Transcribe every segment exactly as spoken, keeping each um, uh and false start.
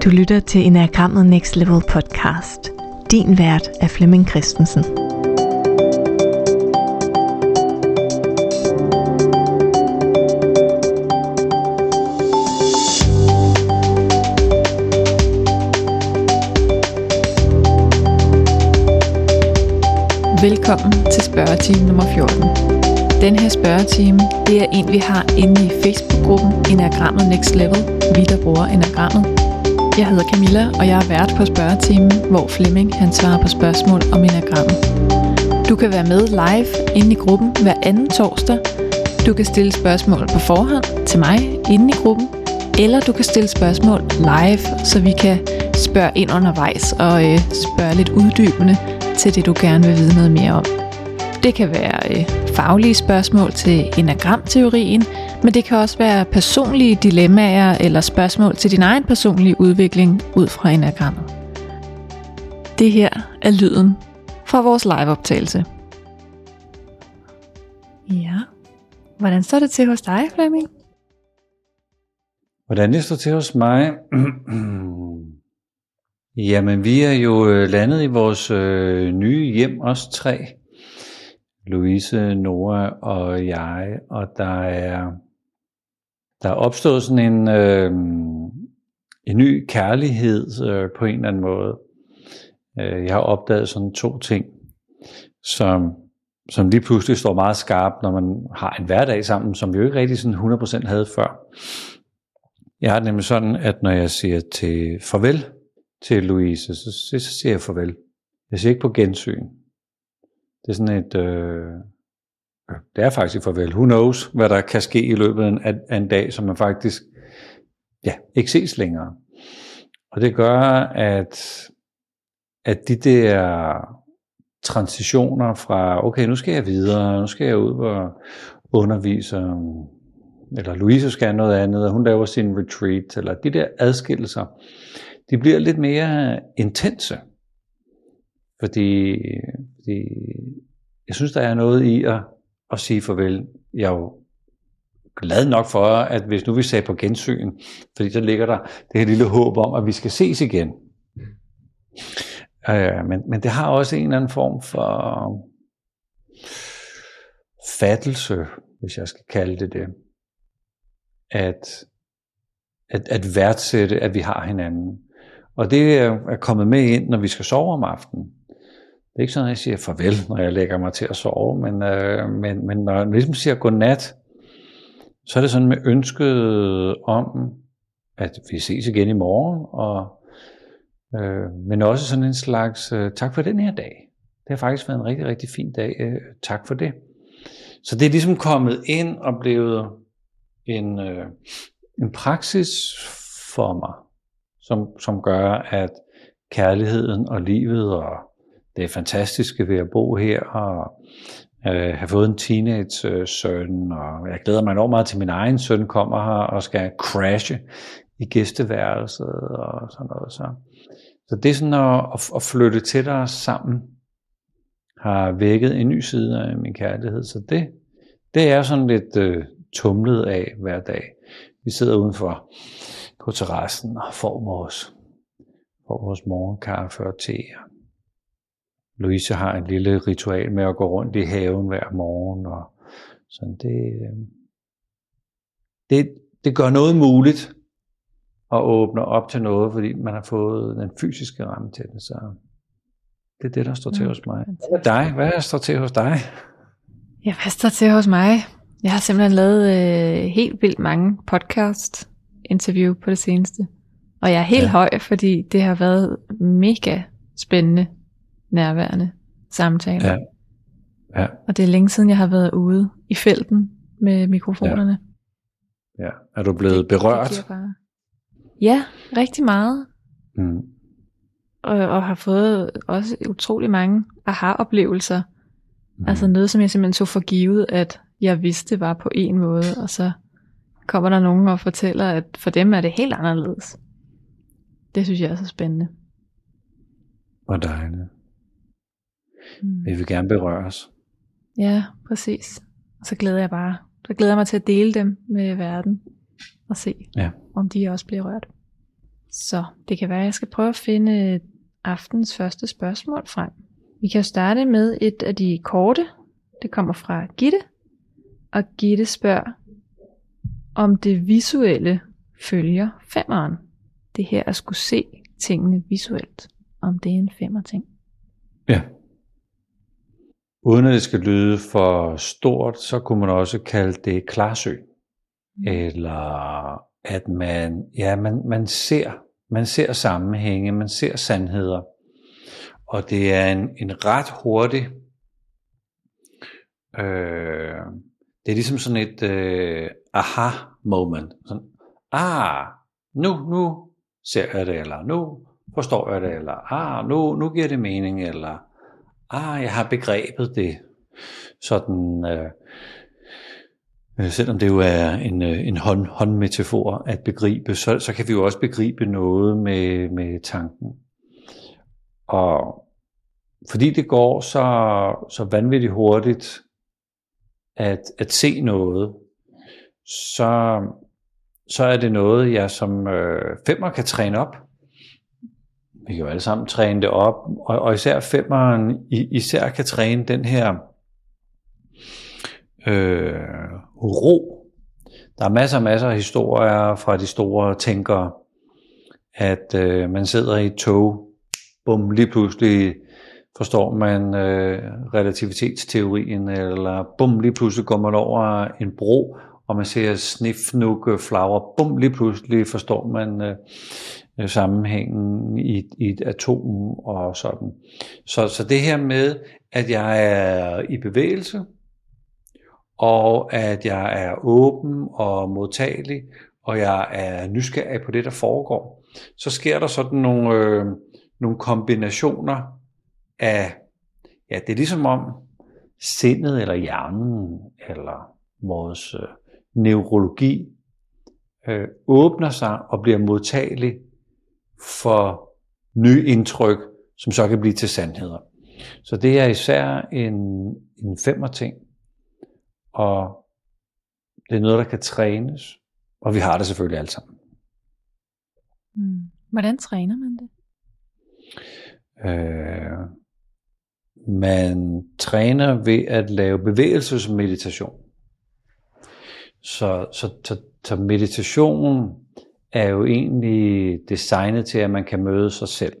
Du lytter til Enneagrammet Next Level podcast. Din vært er Flemming Christensen. Velkommen til spørgetime nummer fjorten. Den her spørgetime, det er en vi har inde i Facebook-gruppen Enneagrammet Next Level, vi der bruger Enneagrammet. Jeg hedder Camilla, og jeg er vært på spørgetimen, hvor Flemming han svarer på spørgsmål om Enneagrammet. Du kan være med live inde i gruppen hver anden torsdag. Du kan stille spørgsmål på forhånd til mig inde i gruppen, eller du kan stille spørgsmål live, så vi kan spørge ind undervejs og øh, spørge lidt uddybende til det, du gerne vil vide noget mere om. Det kan være øh, faglige spørgsmål til enagramteorien, men det kan også være personlige dilemmaer eller spørgsmål til din egen personlige udvikling ud fra enagrammet. Det her er lyden fra vores liveoptagelse. Ja, hvordan står det til hos dig, Flemming? Hvordan det står til hos mig? Jamen, vi er jo landet i vores øh, nye hjem, os tre. Louise, Nora og jeg, og der er, der er opstået sådan en, øh, en ny kærlighed øh, på en eller anden måde. Øh, jeg har opdaget sådan to ting, som, som lige pludselig står meget skarpt, når man har en hverdag sammen, som vi jo ikke rigtig sådan hundrede procent havde før. Jeg har det nemlig sådan, at når jeg siger til farvel til Louise, så, så siger jeg farvel. Jeg siger ikke på gensyn. Det er sådan et, øh, det er faktisk farvel. Who knows, hvad der kan ske i løbet af, af en dag, som man faktisk ja, ikke ses længere. Og det gør, at, at de der transitioner fra, okay, nu skal jeg videre, nu skal jeg ud og undervise, eller Louise skal noget andet, og hun laver sin retreat, eller de der adskillelser, de bliver lidt mere intense. Fordi, fordi jeg synes, der er noget i at, at sige farvel. Jeg er jo glad nok for, at hvis nu vi sagde på gensyn, fordi så ligger der det her lille håb om, at vi skal ses igen. Uh, men, men det har også en eller anden form for fattelse, hvis jeg skal kalde det det. At, at, at værdsætte, at vi har hinanden. Og det er kommet med ind, når vi skal sove om aftenen. Det er ikke sådan, at jeg siger farvel, når jeg lægger mig til at sove, men, øh, men, men når jeg ligesom siger godnat, så er det sådan med ønsket om, at vi ses igen i morgen, og, øh, men også sådan en slags øh, tak for den her dag. Det har faktisk været en rigtig, rigtig fin dag. Øh, tak for det. Så det er ligesom kommet ind og blevet en, øh, en praksis for mig, som, som gør, at kærligheden og livet og det fantastiske ved at bo her og øh, have fået en teenage-søn, og jeg glæder mig enormt meget til, min egen søn kommer her og skal crashe i gæsteværelset og sådan noget. Så, så det er sådan at, at flytte tættere sammen har vækket en ny side af min kærlighed. Så det, det er sådan lidt øh, tumlet af hver dag. Vi sidder udenfor på terrassen og får vores, får vores morgenkaffe og te. Louise har en lille ritual med at gå rundt i haven hver morgen, og sådan det, det, det gør noget muligt at åbne op til noget, fordi man har fået den fysiske ramme til det. Så det er det, der står til hos mig. Hvad er dig? Hvad der står til hos dig? Ja, hvad står til hos mig? Jeg har simpelthen lavet øh, helt vildt mange podcast interview på det seneste. Og jeg er helt ja. høj, fordi det har været mega spændende, nærværende samtaler. Ja. Ja. Og det er længe siden, jeg har været ude i felten med mikrofonerne. Ja. Ja. Er du blevet det, berørt? Det bare... Ja, rigtig meget. Mm. Og, og har fået også utrolig mange aha-oplevelser. Mm. Altså noget, som jeg simpelthen tog for givet, at jeg vidste var på en måde, og så kommer der nogen og fortæller, at for dem er det helt anderledes. Det synes jeg er så spændende. Hvor dejligt. Mm. Vi vil gerne berøre os. Ja, præcis. Og så glæder jeg bare. Så glæder jeg mig til at dele dem med verden og se, ja. om de også bliver rørt. Så det kan være, at jeg skal prøve at finde aftens første spørgsmål frem. Vi kan starte med et af de korte. Det kommer fra Gitte. Og Gitte spørger, om det visuelle følger femmeren. Det her at skulle se tingene visuelt. Om det er en femmer-ting. Ja. Uden at det skal lyde for stort, så kunne man også kalde det klarsyn. Mm. Eller at man, ja, man, man ser, man ser sammenhænge, man ser sandheder. Og det er en, en ret hurtig, øh, det er ligesom sådan et øh, aha moment. Sådan, ah, nu, nu ser jeg det, eller nu forstår jeg det, eller ah, nu, nu giver det mening, eller ah, jeg har begrebet det. Sådan, øh, selvom det jo er en, en hånd, håndmetafor at begribe, så, så kan vi jo også begribe noget med, med tanken. Og fordi det går så, så vanvittigt hurtigt at, at se noget, så, så er det noget, jeg som øh, femmer kan træne op. Vi kan jo alle sammen træne det op, og, og især femmeren især kan træne den her øh, ro. Der er masser og masser af historier fra de store tænkere, at øh, man sidder i et tog, bum, lige pludselig forstår man øh, relativitetsteorien, eller bum, lige pludselig går man over en bro, og man ser snifnukke flagre, bum, lige pludselig forstår man øh, sammenhængen i, i et atom og sådan. Så, så det her med, at jeg er i bevægelse, og at jeg er åben og modtagelig, og jeg er nysgerrig på det, der foregår, så sker der sådan nogle, øh, nogle kombinationer af, ja, det er ligesom om sindet eller hjernen eller vores øh, neurologi øh, åbner sig og bliver modtagelig for nye indtryk, som så kan blive til sandheder. Så det er især en, en femmer-ting, og det er noget, der kan trænes, og vi har det selvfølgelig alle sammen. Mm. Hvordan træner man det? Øh, man træner ved at lave bevægelsesmeditation. Så, så, så, så meditation er jo egentlig designet til, at man kan møde sig selv.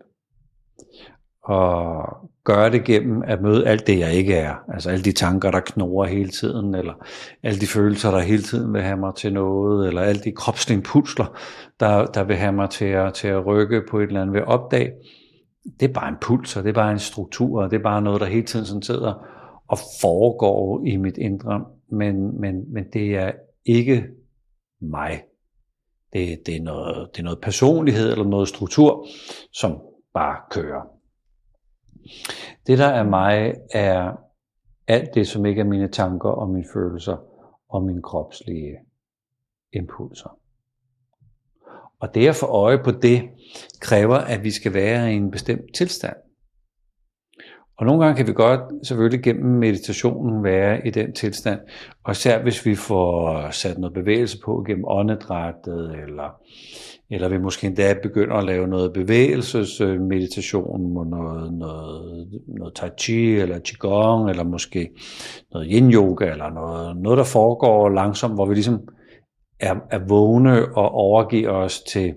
Og gøre det gennem at møde alt det, jeg ikke er. Altså alle de tanker, der knurrer hele tiden, eller alle de følelser, der hele tiden vil have mig til noget, eller alle de kropslige impulser, der, der vil have mig til at, til at rykke på et eller andet ved at opdage. Det er bare en puls, og det er bare en struktur, og det er bare noget, der hele tiden sådan sidder og foregår i mit indre. Men, men, men det er ikke mig. Det, det, er noget, det er noget personlighed eller noget struktur, som bare kører. Det, der er mig, er alt det, som ikke er mine tanker og mine følelser og mine kropslige impulser. Og det at få øje på det, kræver, at vi skal være i en bestemt tilstand. Og nogle gange kan vi godt selvfølgelig gennem meditationen være i den tilstand, og især hvis vi får sat noget bevægelse på gennem åndedrættet, eller, eller vi måske endda begynder at lave noget bevægelsesmeditation, noget, noget, noget tai chi eller qigong, eller måske noget yin yoga, eller noget, noget der foregår langsomt, hvor vi ligesom er, er vågne og overgiver os til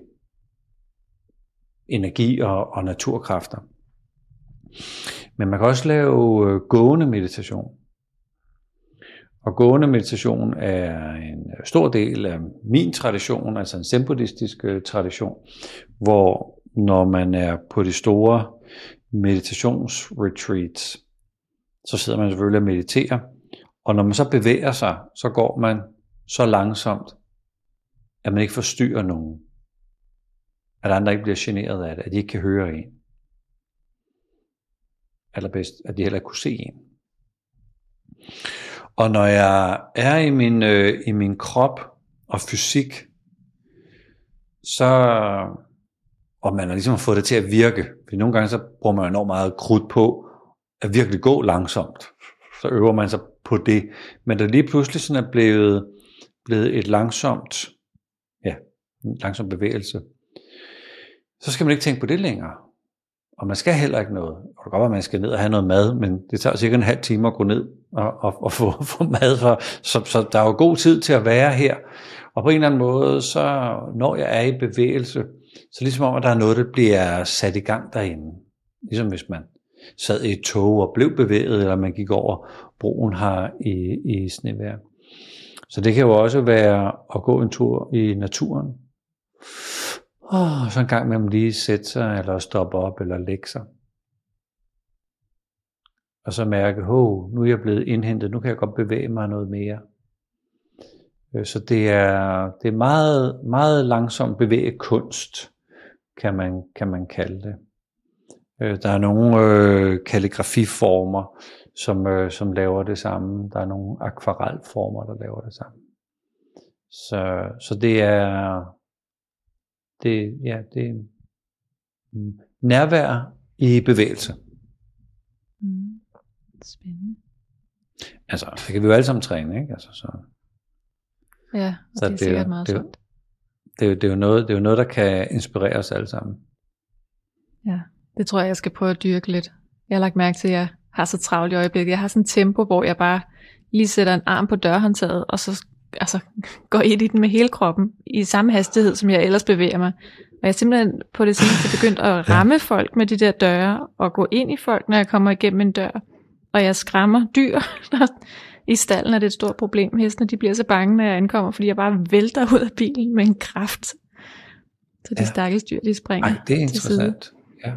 energi og, og naturkræfter. Men man kan også lave øh, gående meditation. Og gående meditation er en stor del af min tradition, altså en zen-buddhistisk øh, tradition, hvor når man er på de store meditationsretreats, så sidder man selvfølgelig og mediterer, og når man så bevæger sig, så går man så langsomt, at man ikke forstyrrer nogen, at andre ikke bliver generet af det, at de ikke kan høre en. Allerbedst, at de heller kunne se en. Og når jeg er i min, øh, i min krop og fysik, så, og man har ligesom fået det til at virke, fordi nogle gange så bruger man enormt meget krudt på at virkelig gå langsomt, så øver man sig på det, men der lige pludselig sådan er blevet, blevet et langsomt, ja, en langsom bevægelse, så skal man ikke tænke på det længere. Og man skal heller ikke noget. Og det kan godt være, at man skal ned og have noget mad, men det tager cirka en halv time at gå ned og, og, og få, få mad. For, så, så der er jo god tid til at være her. Og på en eller anden måde, så når jeg er i bevægelse, så ligesom om, at der er noget, der bliver sat i gang derinde. Ligesom hvis man sad i et tog og blev bevæget, eller man gik over broen her i, i snevejr. Så det kan jo også være at gå en tur i naturen. Oh, så en gang med at lige sætte sig, eller stoppe op, eller lægge sig. Og så mærke, oh, nu er jeg blevet indhentet, nu kan jeg godt bevæge mig noget mere. Så det er, det er meget, meget langsom bevægekunst, kan man, kan man kalde det. Der er nogle øh, kalligrafiformer, som, øh, som laver det samme. Der er nogle akvarelformer, der laver det samme. Så, så det er, det, ja, det er nærvær i bevægelse. Mm. Spændende. Altså, det kan vi jo alle sammen træne, ikke? Altså, så. Ja, og så det er sikkert det, meget det, sundt. Det, det, det, er jo noget, det er jo noget, der kan inspirere os alle sammen. Ja, det tror jeg, jeg skal prøve at dyrke lidt. Jeg har lagt mærke til, at jeg har så travlt i øjeblikket. Jeg har sådan et tempo, hvor jeg bare lige sætter en arm på dørhåndtaget, og så altså, går ind i den med hele kroppen, i samme hastighed, som jeg ellers bevæger mig. Og jeg er simpelthen på det seneste begyndt at ramme ja. folk med de der døre, og gå ind i folk, når jeg kommer igennem en dør. Og jeg skræmmer dyr. I stallen er det et stort problem. Hestene, de bliver så bange, når jeg ankommer, fordi jeg bare vælter ud af bilen med en kraft. Så de ja. stakkels dyr, de springer. Ej, det er interessant. Ja.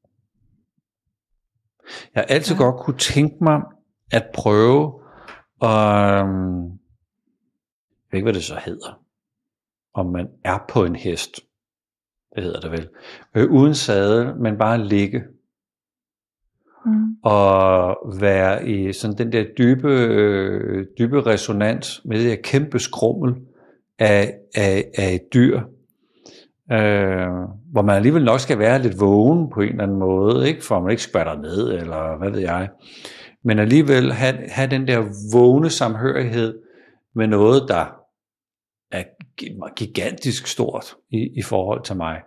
Jeg har altid ja. godt kunne tænke mig at prøve, og jeg ved ikke, hvad det så hedder, om man er på en hest, det hedder det vel, øh, uden sadel, men bare ligge, mm. og være i sådan den der dybe, øh, dybe resonans med det der kæmpe skrummel af, af, af et dyr, øh, hvor man alligevel nok skal være lidt vågen på en eller anden måde, ikke? For man ikke skvatter ned, eller hvad ved jeg, men alligevel have, have den der vågne samhørighed med noget, der er gigantisk stort i, i forhold til mig.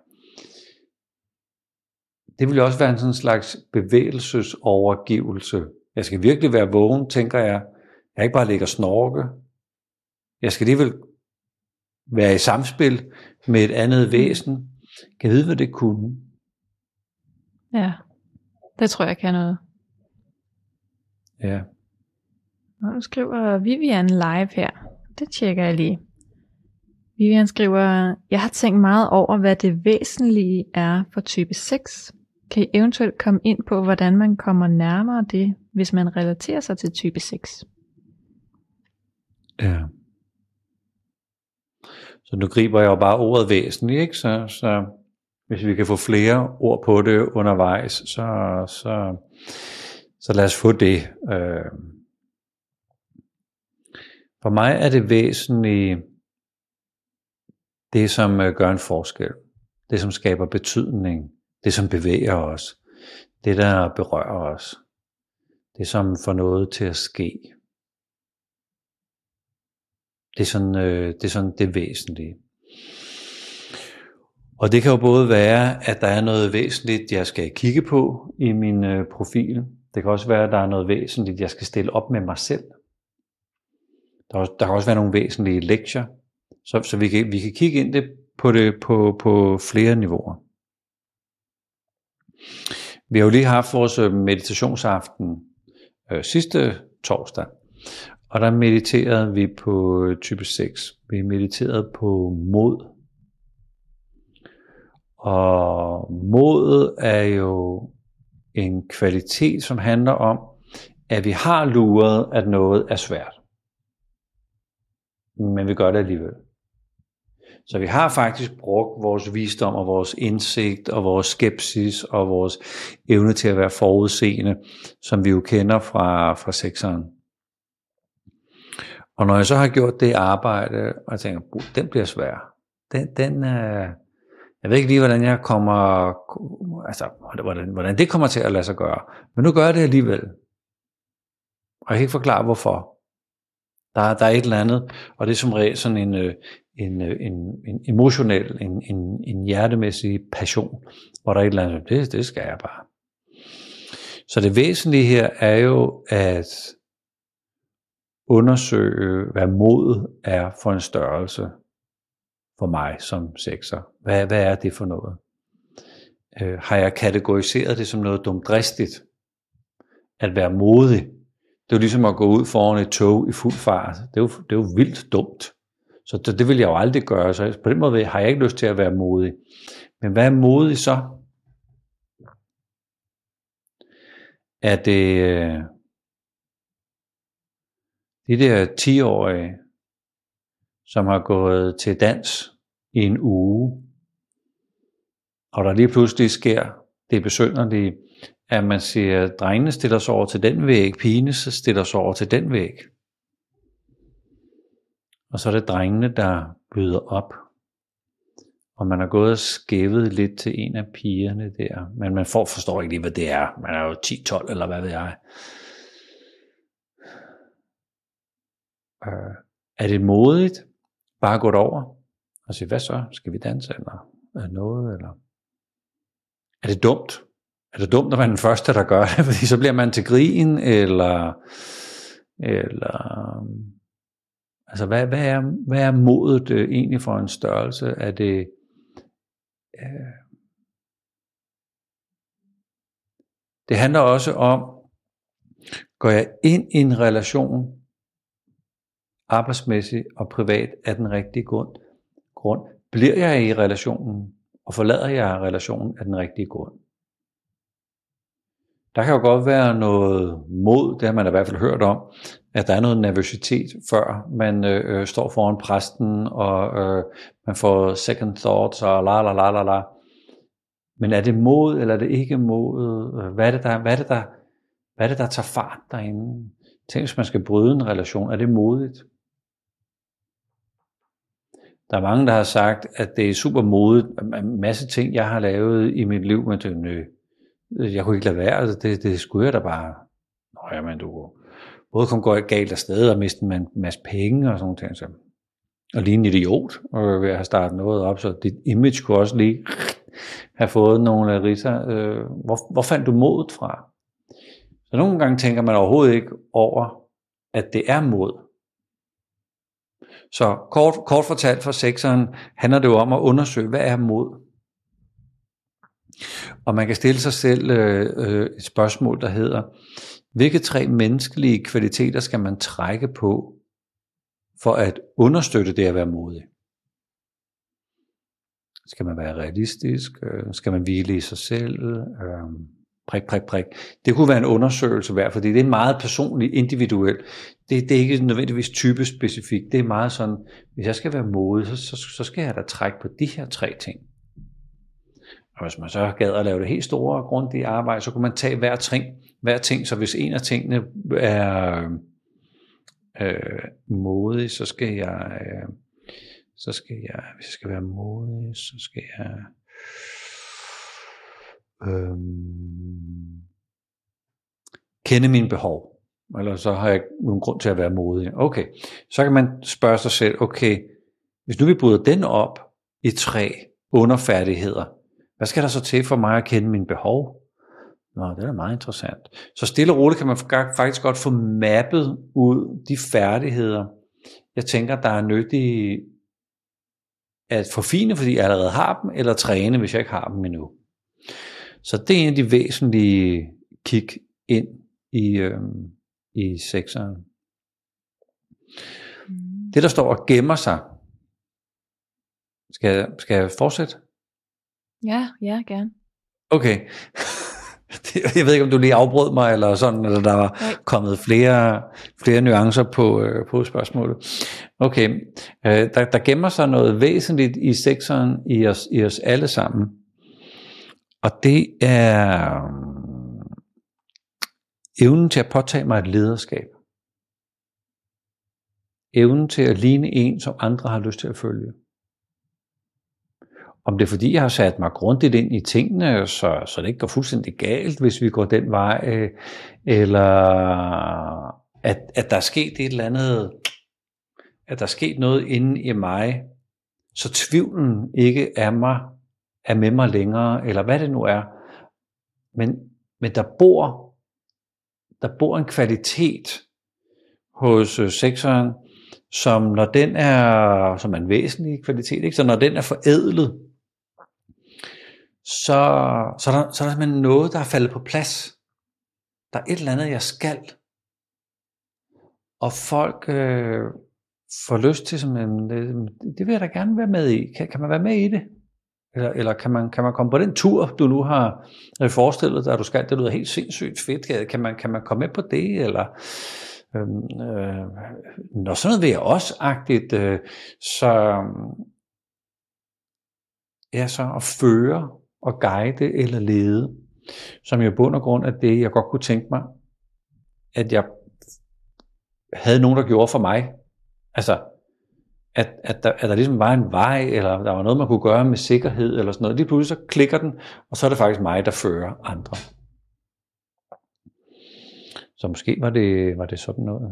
Det vil også være en sådan slags bevægelsesovergivelse. Jeg skal virkelig være vågen, tænker jeg. Jeg ikke bare ligge og snorke. Jeg skal alligevel være i samspil med et andet væsen. Kan jeg vide, hvad det kunne? Ja, det tror jeg kan noget. Ja. Nu skriver Vivian live her. Det tjekker jeg lige. Vivian skriver, jeg har tænkt meget over, hvad det væsentlige er for type seks. Kan I eventuelt komme ind på, hvordan man kommer nærmere det, hvis man relaterer sig til type seks? Ja. Så nu griber jeg jo bare ordet væsentligt, ikke? Så, så hvis vi kan få flere ord på det undervejs, så, så, så lad os få det. For mig er det væsentligt det, som gør en forskel. Det, som skaber betydning. Det, som bevæger os. Det, der berører os. Det, som får noget til at ske. Det er sådan det, er sådan det væsentlige. Og det kan jo både være, at der er noget væsentligt, jeg skal kigge på i min profil. Det kan også være, at der er noget væsentligt, jeg skal stille op med mig selv. Der, også, der kan også være nogle væsentlige lektier, så, så vi, kan, vi kan kigge ind det på det på, på flere niveauer. Vi har jo lige haft vores meditationsaften øh, sidste torsdag, og der mediterede vi på type seks. Vi mediterede på mod. Og mod er jo en kvalitet, som handler om, at vi har luret, at noget er svært. Men vi gør det alligevel. Så vi har faktisk brugt vores visdom og vores indsigt og vores skepsis og vores evne til at være forudseende, som vi jo kender fra, fra sekseren. Og når jeg så har gjort det arbejde, og jeg tænker, den bliver svær. Den, den, øh, jeg ved ikke lige, hvordan jeg kommer, altså, hvordan, hvordan det kommer til at lade sig gøre. Men nu gør jeg det alligevel. Og jeg kan ikke forklare, hvorfor. Der, der er et eller andet, og det er som regel sådan en, en, en, en emotionel, en, en, en hjertemæssig passion, hvor der er et eller andet, det, det skal jeg bare. Så det væsentlige her er jo at undersøge, hvad mod er for en størrelse for mig som sekser. Hvad, hvad er det for noget? Øh, har jeg kategoriseret det som noget dumdristigt? At være modig, det er jo ligesom at gå ud foran et tog i fuld fart. Det er jo, det er jo vildt dumt. Så det, det vil jeg jo aldrig gøre. Så på den måde har jeg ikke lyst til at være modig. Men hvad er modig så? Er det de der ti-årige, som har gået til dans i en uge, og der lige pludselig sker det besynderlige, at man siger, at drengene stiller sig over til den væg, pigene stiller sig over til den væg. Og så er det drengene, der byder op. Og man har gået og skævet lidt til en af pigerne der, men man får, forstår ikke lige, hvad det er. Man er jo ti tolv, eller hvad ved jeg. Øh, er det modigt bare at gå over og sige, hvad så? Skal vi danse, eller er noget? Eller? Er det dumt? Er det dumt, når man er den første, der gør det? Fordi så bliver man til grin, eller... eller altså, hvad, hvad, er, hvad er modet øh, egentlig for en størrelse? Er det... Øh, det handler også om, går jeg ind i en relation, arbejdsmæssigt og privat, af den rigtige grund? grund? Bliver jeg i relationen, og forlader jeg relationen af den rigtige grund? Der kan jo godt være noget mod, det har man i hvert fald hørt om, at der er noget nervøsitet, før man øh, står foran præsten, og øh, man får second thoughts, og la la la la la. Men er det mod, eller er det ikke mod? Hvad er det, der, hvad er det, der, hvad er det, der tager fart derinde? Tænk, hvis man skal bryde en relation, er det modigt? Der er mange, der har sagt, at det er super modigt. En masse ting, jeg har lavet i mit liv, men det nø. Jeg kunne ikke lade være, altså det, det skulle jeg da bare. Nå ja, men du både kom galt afsted og miste en masse penge og sådan noget. Så. Og lige en idiot og ved at have startet noget op, så dit image kunne også lige have fået nogle ritter. Hvor, hvor fandt du modet fra? Så nogle gange tænker man overhovedet ikke over, at det er mod. Så kort, kort fortalt for sekseren handler det jo om at undersøge, hvad er mod? Og man kan stille sig selv øh, et spørgsmål, der hedder, hvilke tre menneskelige kvaliteter skal man trække på, for at understøtte det at være modig? Skal man være realistisk? Skal man hvile i sig selv? Øh, prik, prik, prik. Det kunne være en undersøgelse værd, fordi det er meget personligt, individuelt. Det, det er ikke nødvendigvis typespecifikt. Det er meget sådan, hvis jeg skal være modig, så, så, så skal jeg da trække på de her tre ting. Og hvis man så gad at lave det helt store og grundige arbejde, så kunne man tage hver ting, hver ting. Så hvis en af tingene er øh, modig, så skal jeg, øh, så skal jeg, hvis jeg skal være modig, så skal jeg øh, kende mine behov. Eller så har jeg nogen grund til at være modig. Okay, så kan man spørge sig selv, okay, hvis nu vi bryder den op i tre underfærdigheder, hvad skal der så til for mig at kende mine behov? Nå, det er meget interessant. Så stille og roligt kan man faktisk godt få mappet ud de færdigheder, jeg tænker, der er nyttige at forfine, fordi jeg allerede har dem, eller træne, hvis jeg ikke har dem endnu. Så det er en af de væsentlige kig ind i, øhm, i sekseren. Det, der står og gemmer sig, skal, skal jeg fortsætte? Ja, ja, gerne. Okay. Jeg ved ikke, om du lige afbrød mig, eller sådan, eller der var Nej. kommet flere, flere nuancer på, øh, på spørgsmålet. Okay, øh, der, der gemmer sig noget væsentligt i sekseren i os, i os alle sammen. Og det er øh, evnen til at påtage mig et lederskab. Evnen til at ligne en, som andre har lyst til at følge. Om det er fordi, jeg har sat mig grundigt ind i tingene, så, så det ikke går fuldstændig galt, hvis vi går den vej, eller at, at der er sket et eller andet, at der er sket noget inde i mig, så tvivlen ikke er, mig, er med mig længere, eller hvad det nu er. Men, men der bor, der bor en kvalitet hos øh, sekseren, som når den er, som er en væsentlig kvalitet, ikke? Så når den er forædlet, så, så, er der, så er der simpelthen noget, der er faldet på plads. Der er et eller andet, jeg skal. Og folk øh, får lyst til, sådan, det, det vil jeg da gerne være med i. Kan, kan man være med i det? Eller, eller kan, man, kan man komme på den tur, du nu har forestillet dig, at du skal? Det lyder helt sindssygt fedt. Kan man, kan man komme med på det? Eller øh, øh, når sådan noget vil jeg også agtigt, øh, så, ja, så at føre og guide eller lede, som jo i bund og grund er det, jeg godt kunne tænke mig, at jeg havde nogen, der gjorde for mig. Altså, at, at, der, at der ligesom var en vej, eller der var noget, man kunne gøre med sikkerhed, eller sådan noget. Lige pludselig så klikker den, og så er det faktisk mig, der fører andre. Så måske var det, var det sådan noget,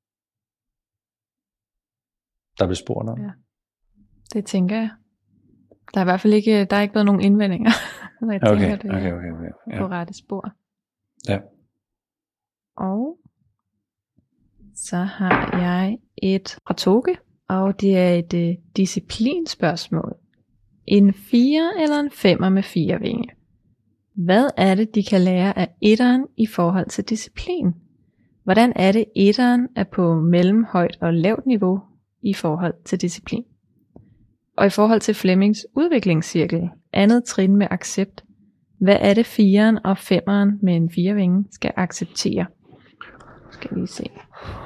der blev spurgt om. Ja, det tænker jeg. Der er i hvert fald ikke, der er ikke været nogen indvendinger, når jeg okay, tænker, det okay, okay, okay. Ja. på rette spor. Ja. Og så har jeg et fra Toge, og det er et uh, disciplinspørgsmål. En fire eller en femmer med fire vinge. Hvad er det, de kan lære af etteren i forhold til disciplin? Hvordan er det, etteren er på mellemhøjt og lavt niveau i forhold til disciplin? Og i forhold til Flemmings udviklingscirkel, andet trin med accept, hvad er det fireren og femmeren med en firevinge skal acceptere? Skal vi se.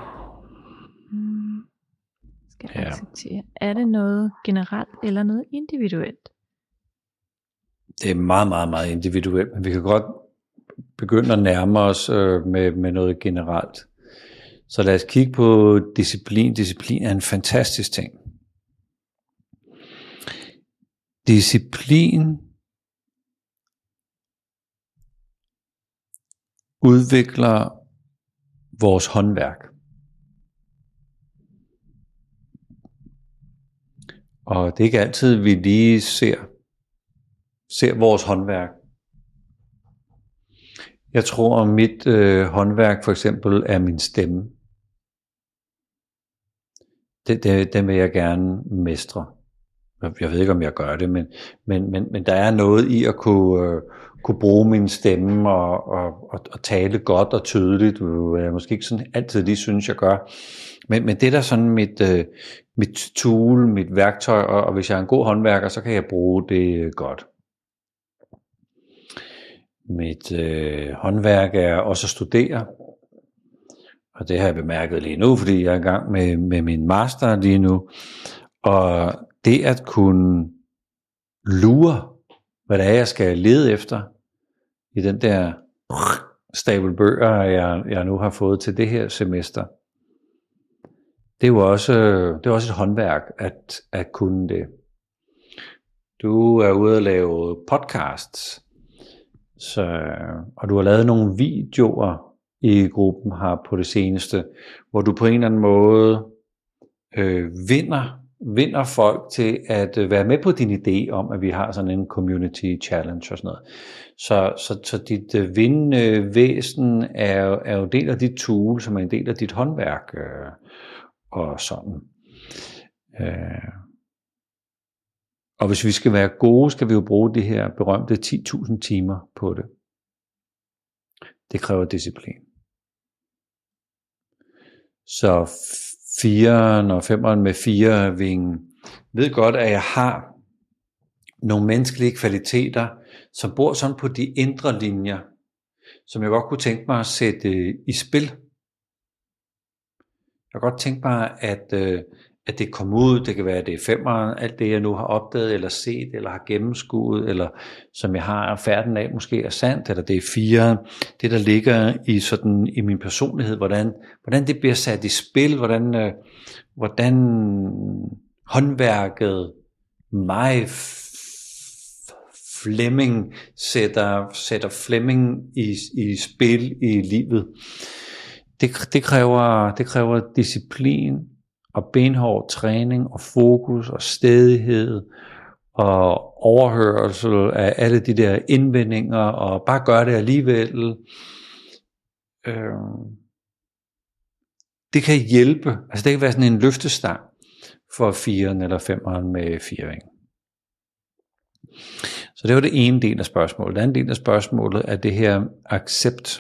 Hmm. Skal Ja. acceptere. Er det noget generelt eller noget individuelt? Det er meget, meget, meget individuelt, men vi kan godt begynde at nærme os øh, med, med noget generelt. Så lad os kigge på disciplin. Disciplin er en fantastisk ting. Disciplin udvikler vores håndværk. Og det er ikke altid, vi lige ser, ser vores håndværk. Jeg tror, at mit øh, håndværk for eksempel er min stemme. Det, det, den vil jeg gerne mestre. Jeg ved ikke, om jeg gør det, men, men, men, men der er noget i at kunne, øh, kunne bruge min stemme og, og, og, og tale godt og tydeligt. Jeg måske ikke sådan altid lige synes, jeg gør. Men, men det er da sådan mit, øh, mit tool, mit værktøj, og, og hvis jeg er en god håndværker, så kan jeg bruge det godt. Mit øh, håndværk er også at studere, og det har jeg bemærket lige nu, fordi jeg er i gang med, med min master lige nu. Og det at kunne lure, hvad det er, jeg skal lede efter i den der stabel bøger, jeg, jeg nu har fået til det her semester, det er jo også, det er også et håndværk at, at kunne det. Du er ude at lave podcasts, så, og du har lavet nogle videoer i gruppen her på det seneste, hvor du på en eller anden måde øh, vinder, vinder folk til at øh, være med på din idé om, at vi har sådan en community challenge og sådan noget. Så, så, så dit øh, vindende væsen er, er jo del af dit tool, som er en del af dit håndværk øh, og sådan. Øh. Og hvis vi skal være gode, skal vi jo bruge de her berømte ti tusind timer på det. Det kræver disciplin. Så fireren og femeren med fire vinge ved godt, at jeg har nogle menneskelige kvaliteter, som bor sådan på de indre linjer, som jeg godt kunne tænke mig at sætte i spil. Jeg kan godt tænke mig, at, at det kommer ud. Det kan være, at det er femeren, alt det jeg nu har opdaget, eller set, eller har gennemskuet, eller som jeg har færden af, måske er sandt, eller det er fireren. Det, der ligger i, sådan, i min personlighed, hvordan, hvordan det bliver sat i spil, hvordan, hvordan håndværket, mig, Flemming, sætter, sætter Flemming i, i spil i livet. Det, det, kræver, det kræver disciplin og benhård træning og fokus og stædighed og overhørelse af alle de der indvendinger og bare gøre det alligevel. Øh, det kan hjælpe. Altså det kan være sådan en løftestang for fireren eller femeren med firevingen. Så det var det ene del af spørgsmålet. Den anden del af spørgsmålet er det her accept.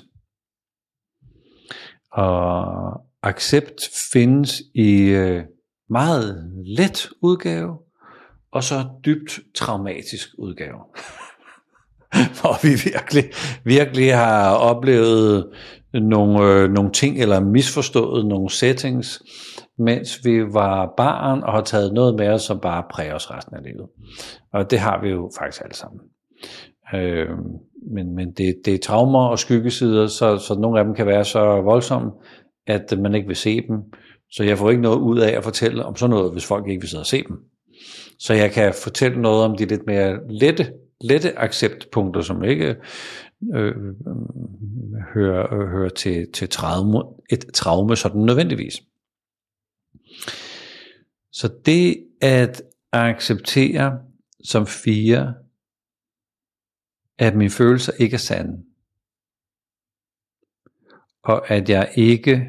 Og accept findes i øh, meget let udgave, og så dybt traumatisk udgave. Hvor vi virkelig, virkelig har oplevet nogle, øh, nogle ting, eller misforstået nogle settings, mens vi var barn, og har taget noget med os, som bare præger os resten af livet. Og det har vi jo faktisk alle sammen. Øh, men men det, det er traumer og skyggesider, så, så nogle af dem kan være så voldsomme, at man ikke vil se dem. Så jeg får ikke noget ud af at fortælle om sådan noget, hvis folk ikke vil sidde og se dem. Så jeg kan fortælle noget om de lidt mere lette, lette acceptpunkter, som ikke øh, hører, hører til, til traume, et traume sådan nødvendigvis. Så det at acceptere som fire, at mine følelser ikke er sande, og at jeg ikke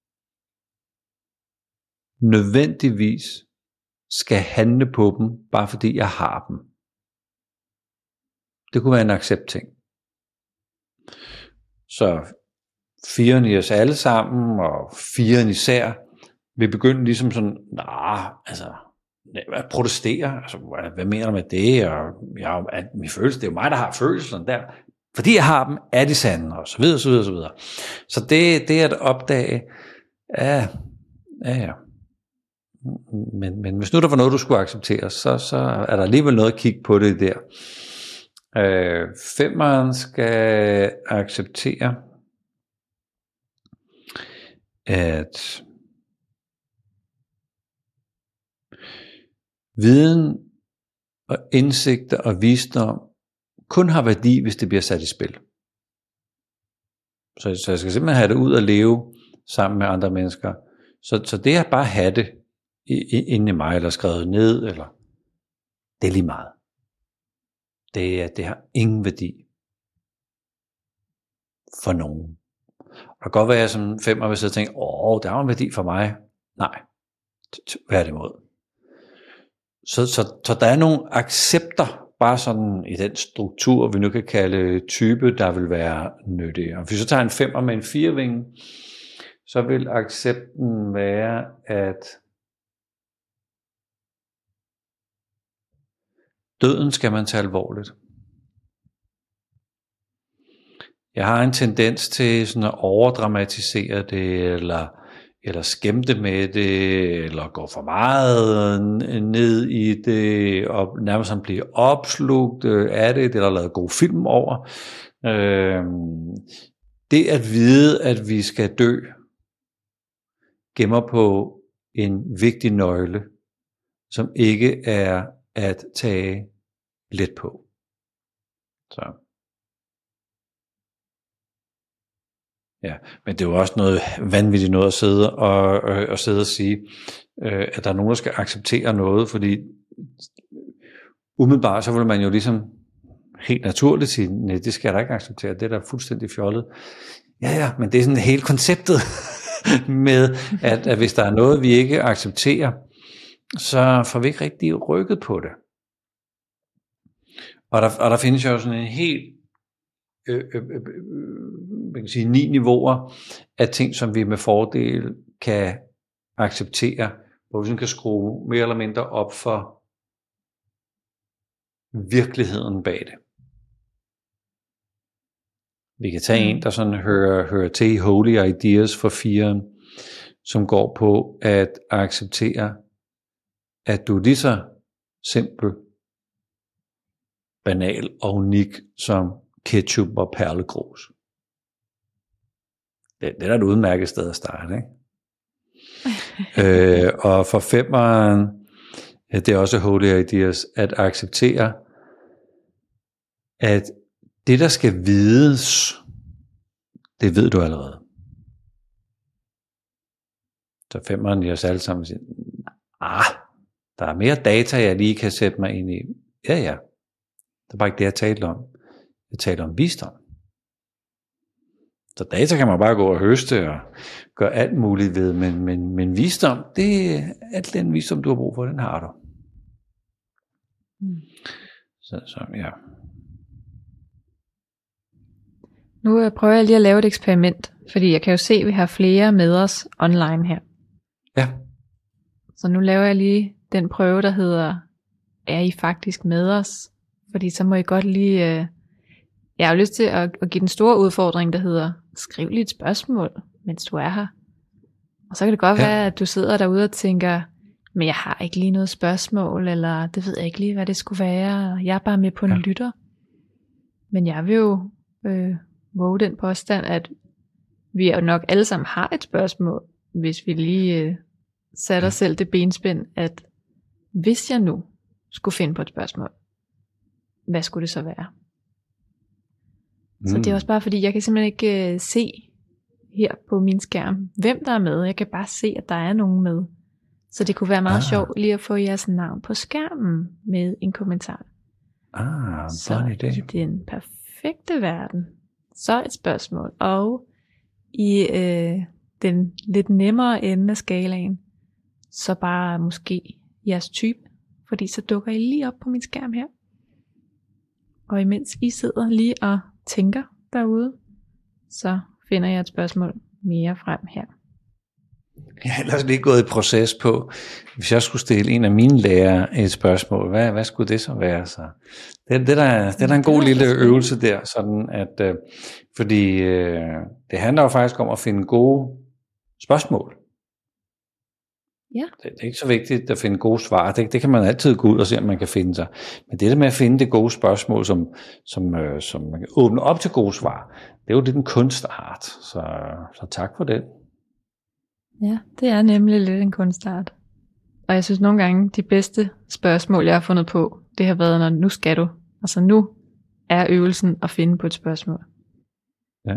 nødvendigvis skal handle på dem, bare fordi jeg har dem. Det kunne være en accept-ting. Så firen i os alle sammen, og firen især, vil begynde ligesom sådan, nej, altså, at protestere, altså, hvad, hvad mener du med det, og ja, at min følelse, det er jo mig, der har følelserne der, fordi jeg har dem, er de sande, og så videre, så videre, så videre. Så det, det at opdage, ja, ja, ja. Men, men hvis nu der var noget, du skulle acceptere, så, så er der alligevel noget at kigge på det der. Øh, femmeren skal acceptere, at viden og indsigter og visdom kun har værdi, hvis det bliver sat i spil. Så, så jeg skal simpelthen have det ud og leve sammen med andre mennesker. Så, så det at bare have det inde i mig, eller skrevet ned, eller det er lige meget. Det, det har ingen værdi for nogen. Og det kan godt være, at jeg som femmer vil sidde og tænke, åh, det har en værdi for mig. Nej, tværtimod. Så, så, så der er nogle accepter, bare sådan i den struktur, vi nu kan kalde type, der vil være nyttige. Og hvis vi så tager en femmer med en firevinge, så vil accepten være, at døden skal man tage alvorligt. Jeg har en tendens til sådan at overdramatisere det, eller, eller skæmte med det, eller gå for meget ned i det, og nærmest sådan blive opslugt af det, eller lavet god film over. Det at vide, at vi skal dø, gemmer på en vigtig nøgle, som ikke er at tage let på. Så. Ja, men det er jo også noget vanvittigt noget at sidde og, og, og sidde og sige, øh, at der er nogen, der skal acceptere noget, fordi umiddelbart så vil man jo ligesom helt naturligt sige, nej, det skal jeg da ikke acceptere, det er da fuldstændig fjollet. Ja, ja, men det er sådan hele konceptet med, at, at hvis der er noget, vi ikke accepterer, så får vi ikke rigtig rykket på det. Og der, og der findes jo sådan en helt øh, øh, øh, man kan sige, ni niveauer af ting, som vi med fordel kan acceptere, hvor vi sådan kan skrue mere eller mindre op for virkeligheden bag det. Vi kan tage en, der sådan hører, hører til i Holy Ideas for fire, som går på at acceptere, at du er lige så simpel, banal og unik som ketchup og perlegrus. Det, det er et udmærket sted at starte, ikke? øh, og for femmeren, det er også Holy Ideas, at acceptere, at det der skal vides, det ved du allerede. Så femmeren i os alle sammen siger, ah, der er mere data, jeg lige kan sætte mig ind i. Ja, ja. Det er bare ikke det, jeg talte om. Jeg taler om visdom. Så data kan man bare gå og høste og gøre alt muligt ved, men, men, men visdom, det er alt den visdom, du har brug for, den har du. Mm. Så, så ja. Nu prøver jeg lige at lave et eksperiment, fordi jeg kan jo se, at vi har flere med os online her. Ja. Så nu laver jeg lige den prøve, der hedder, er I faktisk med os? Fordi så må I godt lige, øh, jeg har jo lyst til at, at give den store udfordring, der hedder, skriv lige et spørgsmål, mens du er her. Og så kan det godt Ja. være, at du sidder derude og tænker, men jeg har ikke lige noget spørgsmål, eller det ved jeg ikke lige, hvad det skulle være. Jeg er bare med på en Ja. lytter. Men jeg vil jo øh, våge den påstand, at vi jo nok alle sammen har et spørgsmål, hvis vi lige øh, satte os selv det benspænd, at hvis jeg nu skulle finde på et spørgsmål, hvad skulle det så være? Mm. Så det er også bare fordi, jeg kan simpelthen ikke øh, se her på min skærm, hvem der er med. Jeg kan bare se, at der er nogen med. Så det kunne være meget Ah. sjovt lige at få jeres navn på skærmen med en kommentar. Ah, Så bare en idé. i den perfekte verden, så et spørgsmål. Og i øh, den lidt nemmere ende af skalaen, så bare måske jeres type. Fordi så dukker I lige op på min skærm her. Og imens I sidder lige og tænker derude, så finder jeg et spørgsmål mere frem her. Jeg har ellers lige gået i proces på, hvis jeg skulle stille en af mine lærere et spørgsmål, hvad, hvad skulle det så være? Så det, det, der, det er der en god lille øvelse der, sådan at, øh, fordi øh, det handler jo faktisk om at finde gode spørgsmål. Ja. Det, det er ikke så vigtigt at finde gode svar, det, det kan man altid gå ud og se, om man kan finde sig. Men det der med at finde det gode spørgsmål, som, som, øh, som man kan åbne op til gode svar, det er jo lidt en kunstart, så, så tak for det. Ja, det er nemlig lidt en kunstart. Og jeg synes nogle gange, de bedste spørgsmål, jeg har fundet på, det har været, når nu skal du. Altså nu er øvelsen at finde på et spørgsmål. Ja.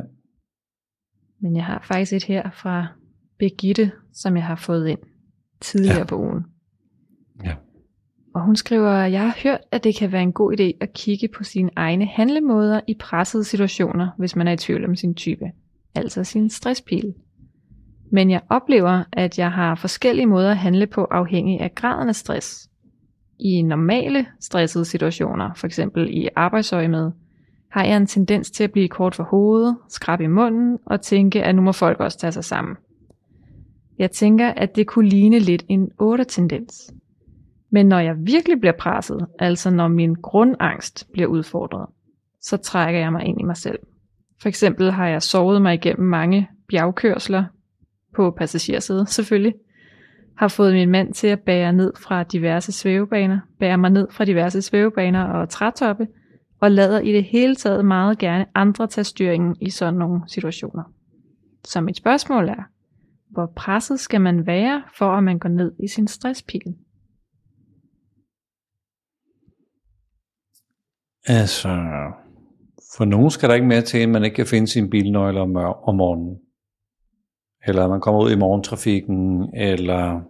Men jeg har faktisk et her fra Birgitte, som jeg har fået ind tidligere Ja. på ugen. Ja. Og hun skriver, jeg har hørt, at det kan være en god idé at kigge på sine egne handlemåder i pressede situationer, hvis man er i tvivl om sin type. Altså sin stresspil. Men jeg oplever, at jeg har forskellige måder at handle på afhængig af graden af stress. I normale stressede situationer, for eksempel i arbejdsøjemed, har jeg en tendens til at blive kort for hovedet, skrab i munden og tænke, at nu må folk også tage sig sammen. Jeg tænker, at det kunne ligne lidt en otte-tendens. Men når jeg virkelig bliver presset, altså når min grundangst bliver udfordret, så trækker jeg mig ind i mig selv. For eksempel har jeg sovet mig igennem mange bjergkørsler, på passagersiden selvfølgelig, har fået min mand til at bære ned fra diverse svævebaner, bære mig ned fra diverse svævebaner og trætoppe, og lader i det hele taget meget gerne andre tage styringen i sådan nogle situationer. Så mit spørgsmål er, hvor presset skal man være, for at man går ned i sin stresspil? Altså, for nogen skal der ikke mere til, at man ikke kan finde sine bilnøgler om, om morgenen. Eller man kommer ud i morgentrafikken, eller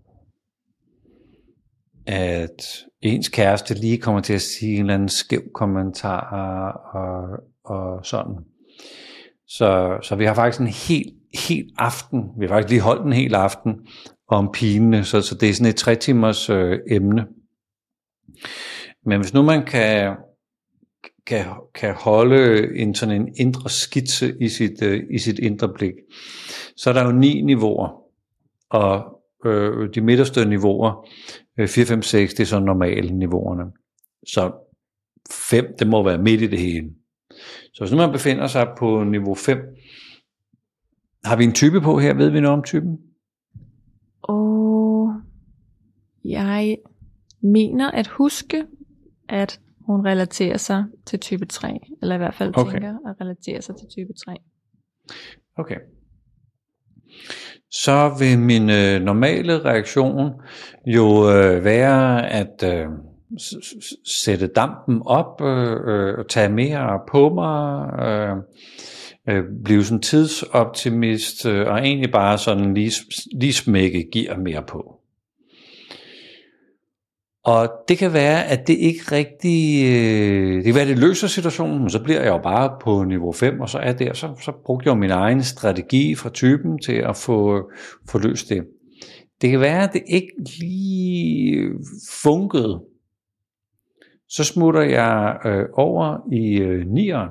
at ens kæreste lige kommer til at sige en eller anden skæv kommentar og, og sådan. Så, så vi har faktisk en hel, hel aften, vi har faktisk lige holdt en hel aften om pinene, så, så det er sådan et tre timers øh, emne. Men hvis nu man kan, kan, kan holde en sådan en indre skitse i sit, øh, i sit indre blik, så er der jo ni niveauer, og øh, de midterste niveauer, øh, fire, fem, seks, det er så normale niveauerne. Så fem, det må være midt i det hele. Så hvis nu man befinder sig på niveau fem, har vi en type på her? Ved vi noget om typen? Og jeg mener at huske, at hun relaterer sig til type tre, eller i hvert fald Okay. tænker at relatere sig til type tre. Okay. Så vil min øh, normale reaktion jo øh, være at øh, s- s- sætte dampen op, øh, øh, og tage mere på mig, øh, øh, blive sådan tidsoptimist, øh, og egentlig bare sådan lige, lige smække gear mere på. Og det kan være, at det ikke rigtig, øh, det kan være, at det løser situationen, men så bliver jeg jo bare på niveau fem, og så er det, så, så brugte jeg jo min egen strategi fra typen til at få, få løst det. Det kan være, at det ikke lige funkede. Så smutter jeg øh, over i øh, nieren,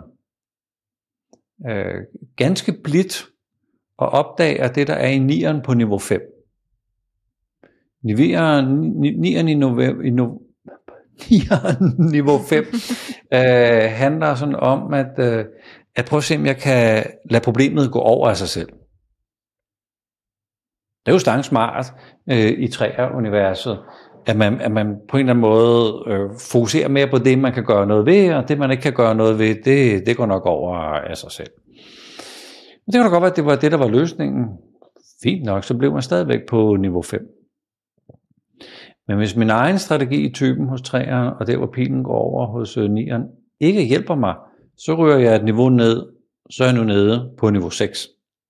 øh, ganske blidt, og opdager det, der er i nieren på niveau fem. Nieren i, nove, i no, niveau fem øh, handler sådan om, at, øh, at prøve at se, om jeg kan lade problemet gå over af sig selv. Det er jo stang smart øh, i træer-universet, at man, at man på en eller anden måde øh, fokuserer mere på det, man kan gøre noget ved, og det, man ikke kan gøre noget ved, det, det går nok over af sig selv. Det kan da godt være, at det var det, der var løsningen. Fint nok, så blev man stadigvæk på niveau fem. Men hvis min egen strategi i typen hos træerne, og der hvor pilen går over hos øh, nieren, ikke hjælper mig, så ryger jeg et niveau ned, så er jeg nu nede på niveau seks.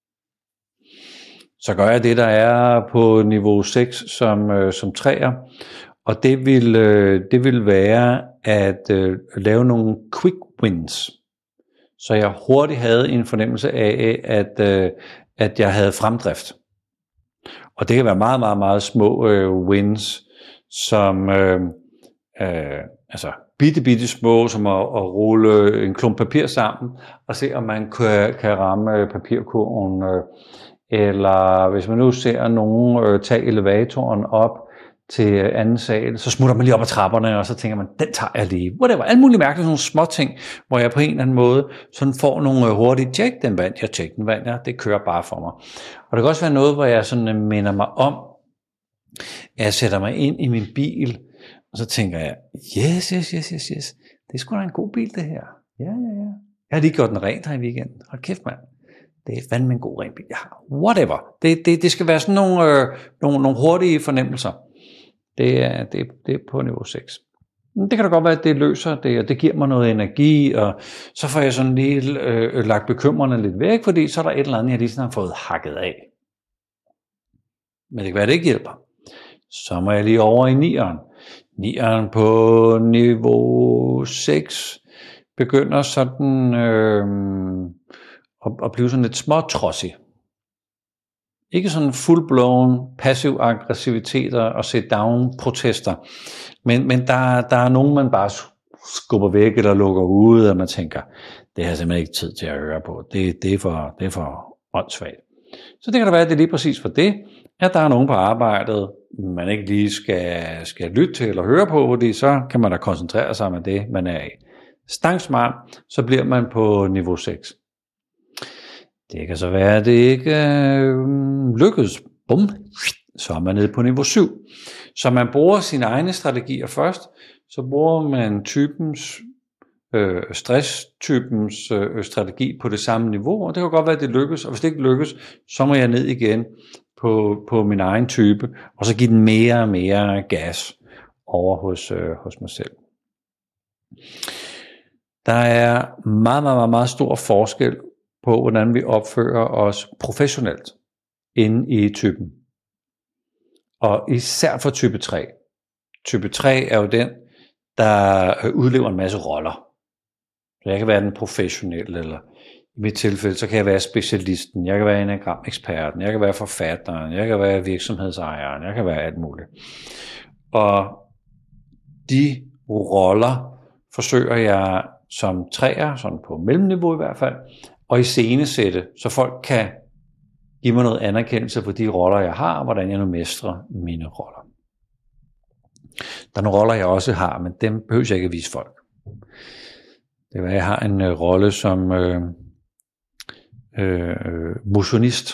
Så gør jeg det, der er på niveau seks som, øh, som træer, og det vil, øh, det vil være at øh, lave nogle quick wins. Så jeg hurtigt havde en fornemmelse af, at, øh, at jeg havde fremdrift. Og det kan være meget, meget, meget små øh, wins, som øh, øh, altså bitte, bitte små, som at, at rulle en klump papir sammen, og se, om man kan, kan ramme papirkurven. Øh, eller hvis man nu ser nogen øh, tage elevatoren op til anden sal, så smutter man lige op ad trapperne, og så tænker man, den tager jeg lige. Whatever, alle mulige mærkelige nogle små ting, hvor jeg på en eller anden måde sådan får nogle øh, hurtige, tjek den vand, jeg tjek den vand, ja, det kører bare for mig. Og det kan også være noget, hvor jeg sådan øh, minder mig om, at jeg sætter mig ind i min bil, og så tænker jeg, yes, yes, yes, yes, yes, det er sgu da en god bil det her. Ja, ja, ja. Jeg har lige gjort den rent her i weekenden. Hold kæft, mand. Det er fandme en god ren bil. Ja, whatever. Det, det, det skal være sådan nogle, øh, nogle, nogle hurtige fornemmelser. Det er, det, det er på niveau seks. Det kan da godt være, at det løser det, og det giver mig noget energi, og så får jeg sådan lige øh, lagt bekymrende lidt væk, fordi så er der et eller andet, jeg lige sådan har fået hakket af. Men det kan være, at det ikke hjælper. Så må jeg lige over i nieren. Nieren på niveau seks begynder sådan øh, at, at blive sådan lidt småtrodsig. Ikke sådan full-blown passiv aggressiviteter og sit-down-protester, men, men der, der er nogen, man bare skubber væk eller lukker ud, og man tænker, det har jeg simpelthen ikke tid til at høre på. Det, det, er, for, det er for åndssvagt. Så det kan da være, at det er lige præcis for det, at der er nogen på arbejdet, man ikke lige skal, skal lytte til eller høre på, fordi så kan man da koncentrere sig med det, man er af. Stangsmart, så bliver man på niveau seks. Det kan så være, at det ikke øh, lykkes. Bum, så er man nede på niveau syv. Så man bruger sine egne strategier først, så bruger man typens, øh, stress-typens øh, strategi på det samme niveau, og det kan godt være, at det lykkes, og hvis det ikke lykkes, så må jeg ned igen på, på min egen type, og så give den mere og mere gas over hos, øh, hos mig selv. Der er meget, meget, meget stor forskel på, hvordan vi opfører os professionelt inde i typen. Og især for type tre. Type tre er jo den, der udlever en masse roller. Så jeg kan være den professionelle, eller i mit tilfælde, så kan jeg være specialisten, jeg kan være enagram-eksperten, jeg kan være forfatteren, jeg kan være virksomhedsejeren, jeg kan være alt muligt. Og de roller forsøger jeg som træer, sådan på mellemniveau i hvert fald, og iscenesætte, så folk kan give mig noget anerkendelse for de roller, jeg har, og hvordan jeg nu mestrer mine roller. Der er nogle roller, jeg også har, men dem behøver jeg ikke at vise folk. Det er, at jeg har en øh, rolle som øh, øh, motionist.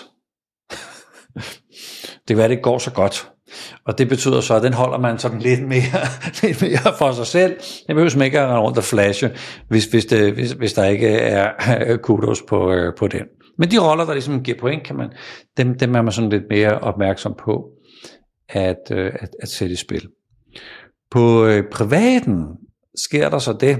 Det kan være, det går så godt. Og det betyder så, at den holder man sådan lidt mere, lidt mere for sig selv. Det behøver man ikke at rende rundt og flashe, hvis, hvis, det, hvis, hvis der ikke er kudos på, øh, på den. Men de roller, der ligesom giver point, kan man, dem, dem er man sådan lidt mere opmærksom på at, øh, at, at sætte i spil. På øh, privaten sker der så det,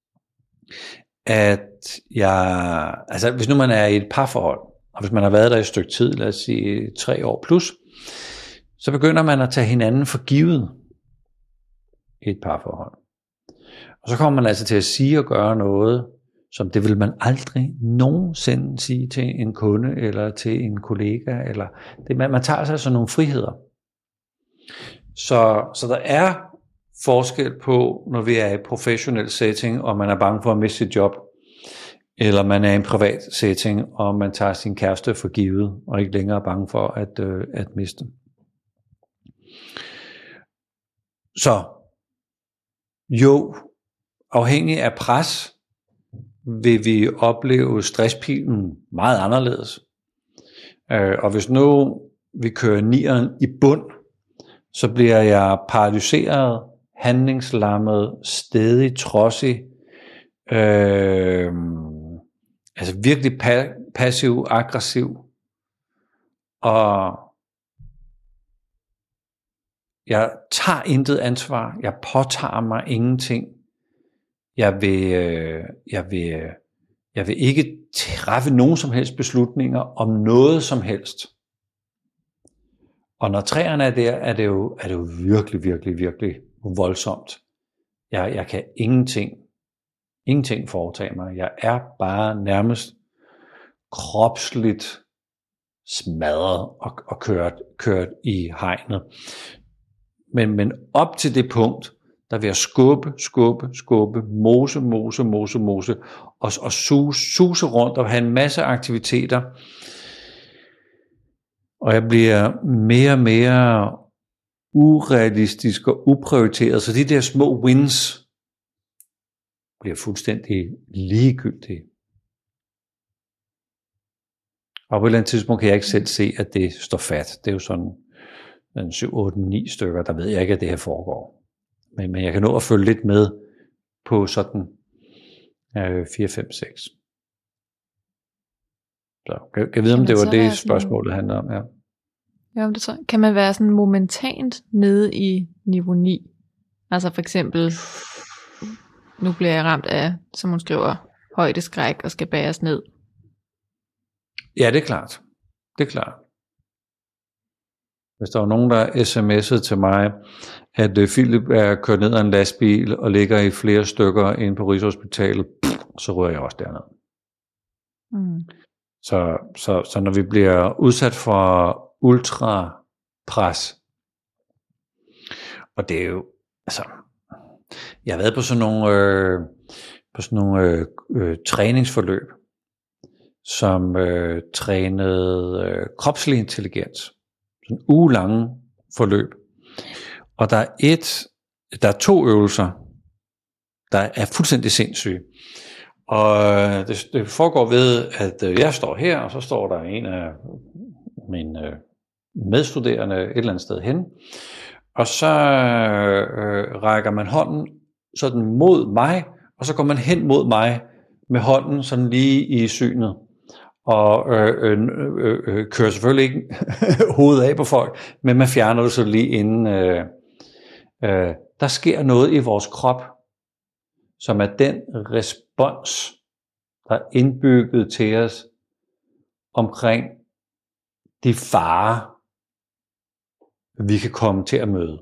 at jeg, altså hvis nu man er i et parforhold, og hvis man har været der i et stykke tid, lad os sige tre år plus, så begynder man at tage hinanden for givet. i et parforhold. Og så kommer man altså til at sige og gøre noget, som det vil man aldrig nogensinde sige til en kunde, eller til en kollega, eller det, man, man tager sig altså nogle friheder. Så, så der er forskel på, når vi er i et professionel setting, og man er bange for at miste sit job, eller man er i en privat setting, og man tager sin kæreste for givet, og ikke længere er bange for at, øh, at miste. Så jo, afhængig af pres, vil vi opleve stresspilen meget anderledes. Øh, og hvis nu vi kører nieren i bund, så bliver jeg paralyseret, handlingslammet, stædig, trodsig, øh, altså virkelig pa- passiv, aggressiv, og jeg tager intet ansvar, jeg påtager mig ingenting, jeg vil, øh, jeg vil, øh, jeg vil ikke træffe nogen som helst beslutninger om noget som helst. Og når træerne er der, er det jo, er det jo virkelig, virkelig, virkelig voldsomt. Jeg, jeg kan ingenting, ingenting foretage mig. Jeg er bare nærmest kropsligt smadret og, og kørt, kørt i hegnet. Men, men op til det punkt, der vil jeg skubbe, skubbe, skubbe, mose, mose, mose, mose, og, og suse, suse rundt og have en masse aktiviteter. Og jeg bliver mere og mere urealistisk og uprioriteret, så de der små wins bliver fuldstændig ligegyldige. Og på et eller andet tidspunkt kan jeg ikke selv se, at det står fat. Det er jo sådan en syv, otte, ni stykker, der ved jeg ikke, at det her foregår. Men, men jeg kan nå at følge lidt med på sådan øh, fire, fem, seks. Så kan jeg vide, om det var det spørgsmålet handler om, ja. Ja, det tror. Kan man være sådan momentant nede i niveau ni? Altså for eksempel, nu bliver jeg ramt af, som hun skriver, højdeskræk og skal bæres ned. Ja, det er klart. Det er klart. Hvis der var nogen, der sms'ede til mig, at Philip er kørt ned af en lastbil og ligger i flere stykker inde på Rigshospitalet, så ryger jeg også derned. Mm. Så, så, så når vi bliver udsat for ultrapres, og det er jo, altså, jeg har været på sådan nogle, øh, på sådan nogle øh, øh, træningsforløb, som øh, trænede øh, kropslig intelligens, sådan ugelange forløb, og der er et, der er to øvelser, der er fuldstændig sindssyge. Og det, det foregår ved, at jeg står her, og så står der en af mine medstuderende et eller andet sted hen, og så øh, rækker man hånden sådan mod mig, og så går man hen mod mig med hånden sådan lige i synet, og øh, øh, øh, kører selvfølgelig ikke hovedet af på folk, men man fjerner det så lige inden. Øh, øh, der sker noget i vores krop, som er den respons, der er indbygget til os omkring de farer, vi kan komme til at møde.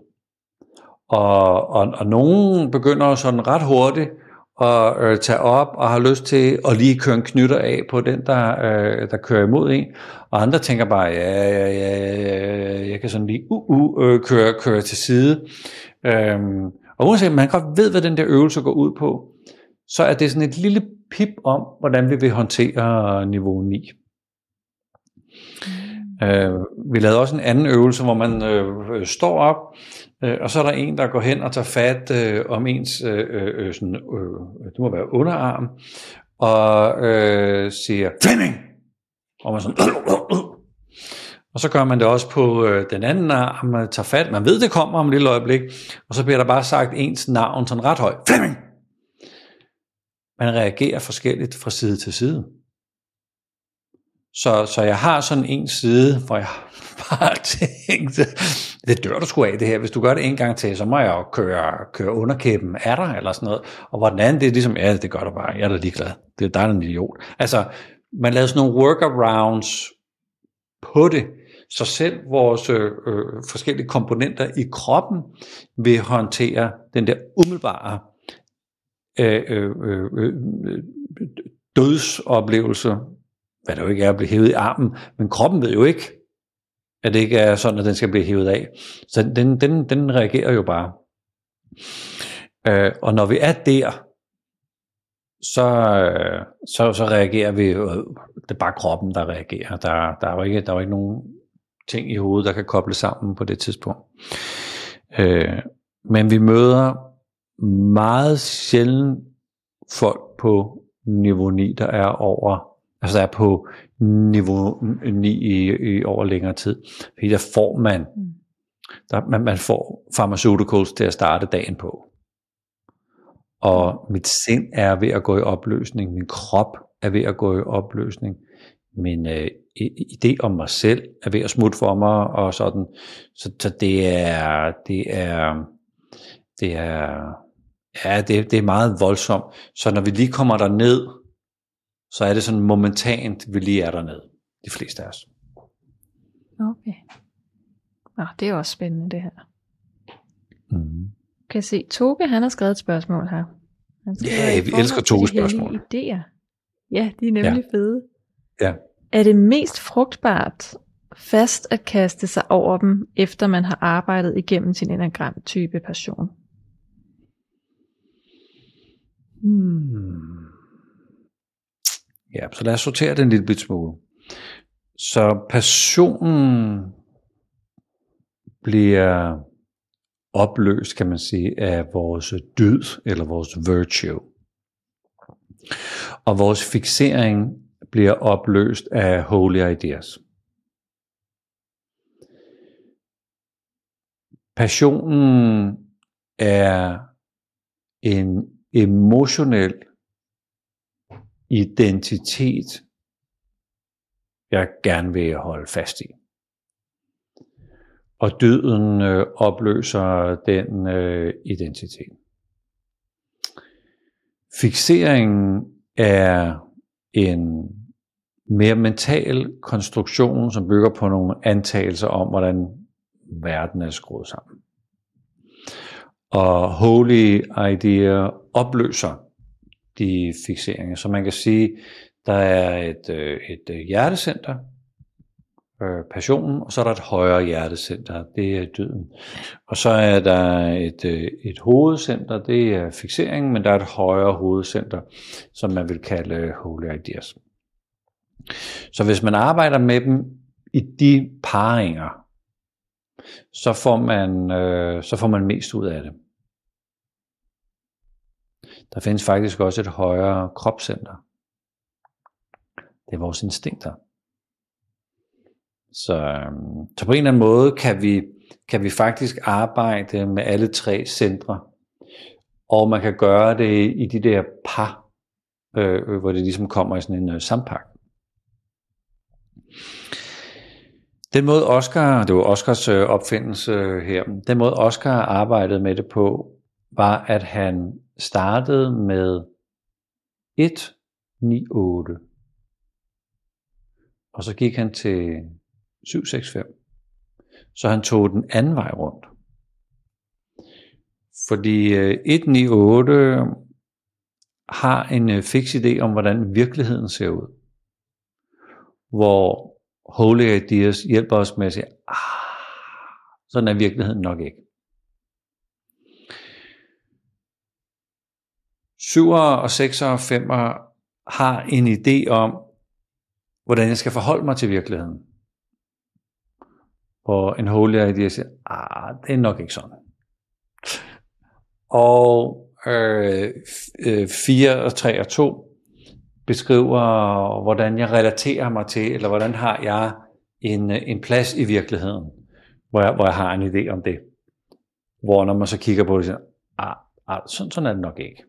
Og, og, og nogen begynder sådan ret hurtigt at øh, tage op og har lyst til at lige køre en knytter af på den, der, øh, der kører imod en. Og andre tænker bare, ja, ja, ja, ja jeg kan sådan lige uh, uh, øh, køre, køre til side. Øhm, og uanset man godt ved, hvad den der øvelse går ud på, så er det sådan et lille pip om, hvordan vi vil håndtere niveau ni. Mm. Øh, vi lavede også en anden øvelse, hvor man øh, står op, øh, og så er der en, der går hen og tager fat øh, om ens øh, øh, sådan, øh, det må være underarm, og øh, siger, Flemming! Og man sådan, øh, øh, øh. Og så gør man det også på øh, den anden arm, man tager fat, man ved, det kommer om et lille øjeblik, og så bliver der bare sagt ens navn sådan ret højt, Flemming! Man reagerer forskelligt fra side til side. Så, så jeg har sådan en side, hvor jeg bare tænkte, det dør du sgu af det her. Hvis du gør det en gang til, så må jeg jo køre, køre underkæben af dig, eller sådan noget. Og hvor den anden, det er ligesom, ja, det gør du bare, jeg er da ligeglad. Det er dig, en idiot. Altså, man lavede sådan nogle workarounds på det, Så selv vores øh, forskellige komponenter i kroppen vil håndtere den der umiddelbare øh, øh, øh, dødsoplevelse, hvad der jo ikke er at blive hævet i armen, men kroppen ved jo ikke, at det ikke er sådan, at den skal blive hævet af. Så den, den, den reagerer jo bare. Øh, og når vi er der, så, så, så reagerer vi, det er bare kroppen, der reagerer. Der, der, er jo ikke, der er jo ikke nogen ting i hovedet, der kan koble sammen på det tidspunkt. Øh, men vi møder meget sjældent folk på niveau ni, der er over, altså der er på niveau ni i, i over længere tid. Fordi der får man, der, man, man får pharmaceuticals til at starte dagen på. Og mit sind er ved at gå i opløsning, min krop er ved at gå i opløsning, min øh, idé om mig selv er ved at smutte for mig, og sådan. Så, så det er, det er, det er, ja, det, det er meget voldsomt. Så når vi lige kommer derned, så er det sådan momentant, vi lige er dernede, de fleste af os. Okay. Nå, det er også spændende det her. Mm. Kan se, Toge, han har skrevet et spørgsmål her. Han Ja, vi elsker Toges spørgsmål. Idéer. Ja, de er nemlig Ja. fede. Ja. Er det mest frugtbart fast at kaste sig over dem, efter man har arbejdet igennem sin enagramtype passion? Hmm. Ja, så lad os sortere det en lille bit smule. Så passionen bliver opløst, kan man sige, af vores dyd, eller vores virtue. Og vores fixering bliver opløst af holy ideas. Passionen er en emotionel identitet, jeg gerne vil holde fast i. Og døden øh, opløser den øh, identitet. Fixeringen er en mere mental konstruktion, som bygger på nogle antagelser om, hvordan verden er skruet sammen. Og holy idea opløser de fixeringer. Så man kan sige, der er et, et hjertecenter, passionen, og så er der et højere hjertecenter, det er døden. Og så er der et, et hovedcenter, det er fixeringen, men der er et højere hovedcenter, som man vil kalde holy ideas. Så hvis man arbejder med dem i de paringer, så får man, øh, så får man mest ud af det. Der findes faktisk også et højere kropscenter. Det er vores instinkter. Så, så på en eller anden måde kan vi, kan vi faktisk arbejde med alle tre centre. Og man kan gøre det i de der par, øh, hvor det ligesom kommer i sådan en øh, sampagt. Den måde Oscar, det var Oscars øh, opfindelse her, den måde Oscar arbejdede med det på, var at han startede med et ni otte. Og så gik han til syv seks fem. Så han tog den anden vej rundt. Fordi et ni otte har en fiks idé om, hvordan virkeligheden ser ud. Hvor holy ideas hjælper os med at sige, ah, sådan er virkeligheden nok ikke. syver og sekser og femmer har en idé om, hvordan jeg skal forholde mig til virkeligheden. Og en holy idea siger, ah, det er nok ikke sådan. Og øh, fire og tre og to beskriver, hvordan jeg relaterer mig til, eller hvordan har jeg en, en plads i virkeligheden, hvor jeg, hvor jeg har en idé om det. Hvor når man så kigger på det, siger, ah, ah, sådan, sådan er det nok ikke.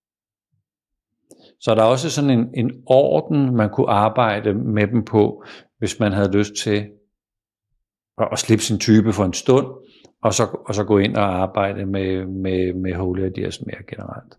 Så der er også sådan en, en orden, man kunne arbejde med dem på, hvis man havde lyst til at, at slippe sin type for en stund, og så, og så gå ind og arbejde med, med, med holy ideas mere generelt.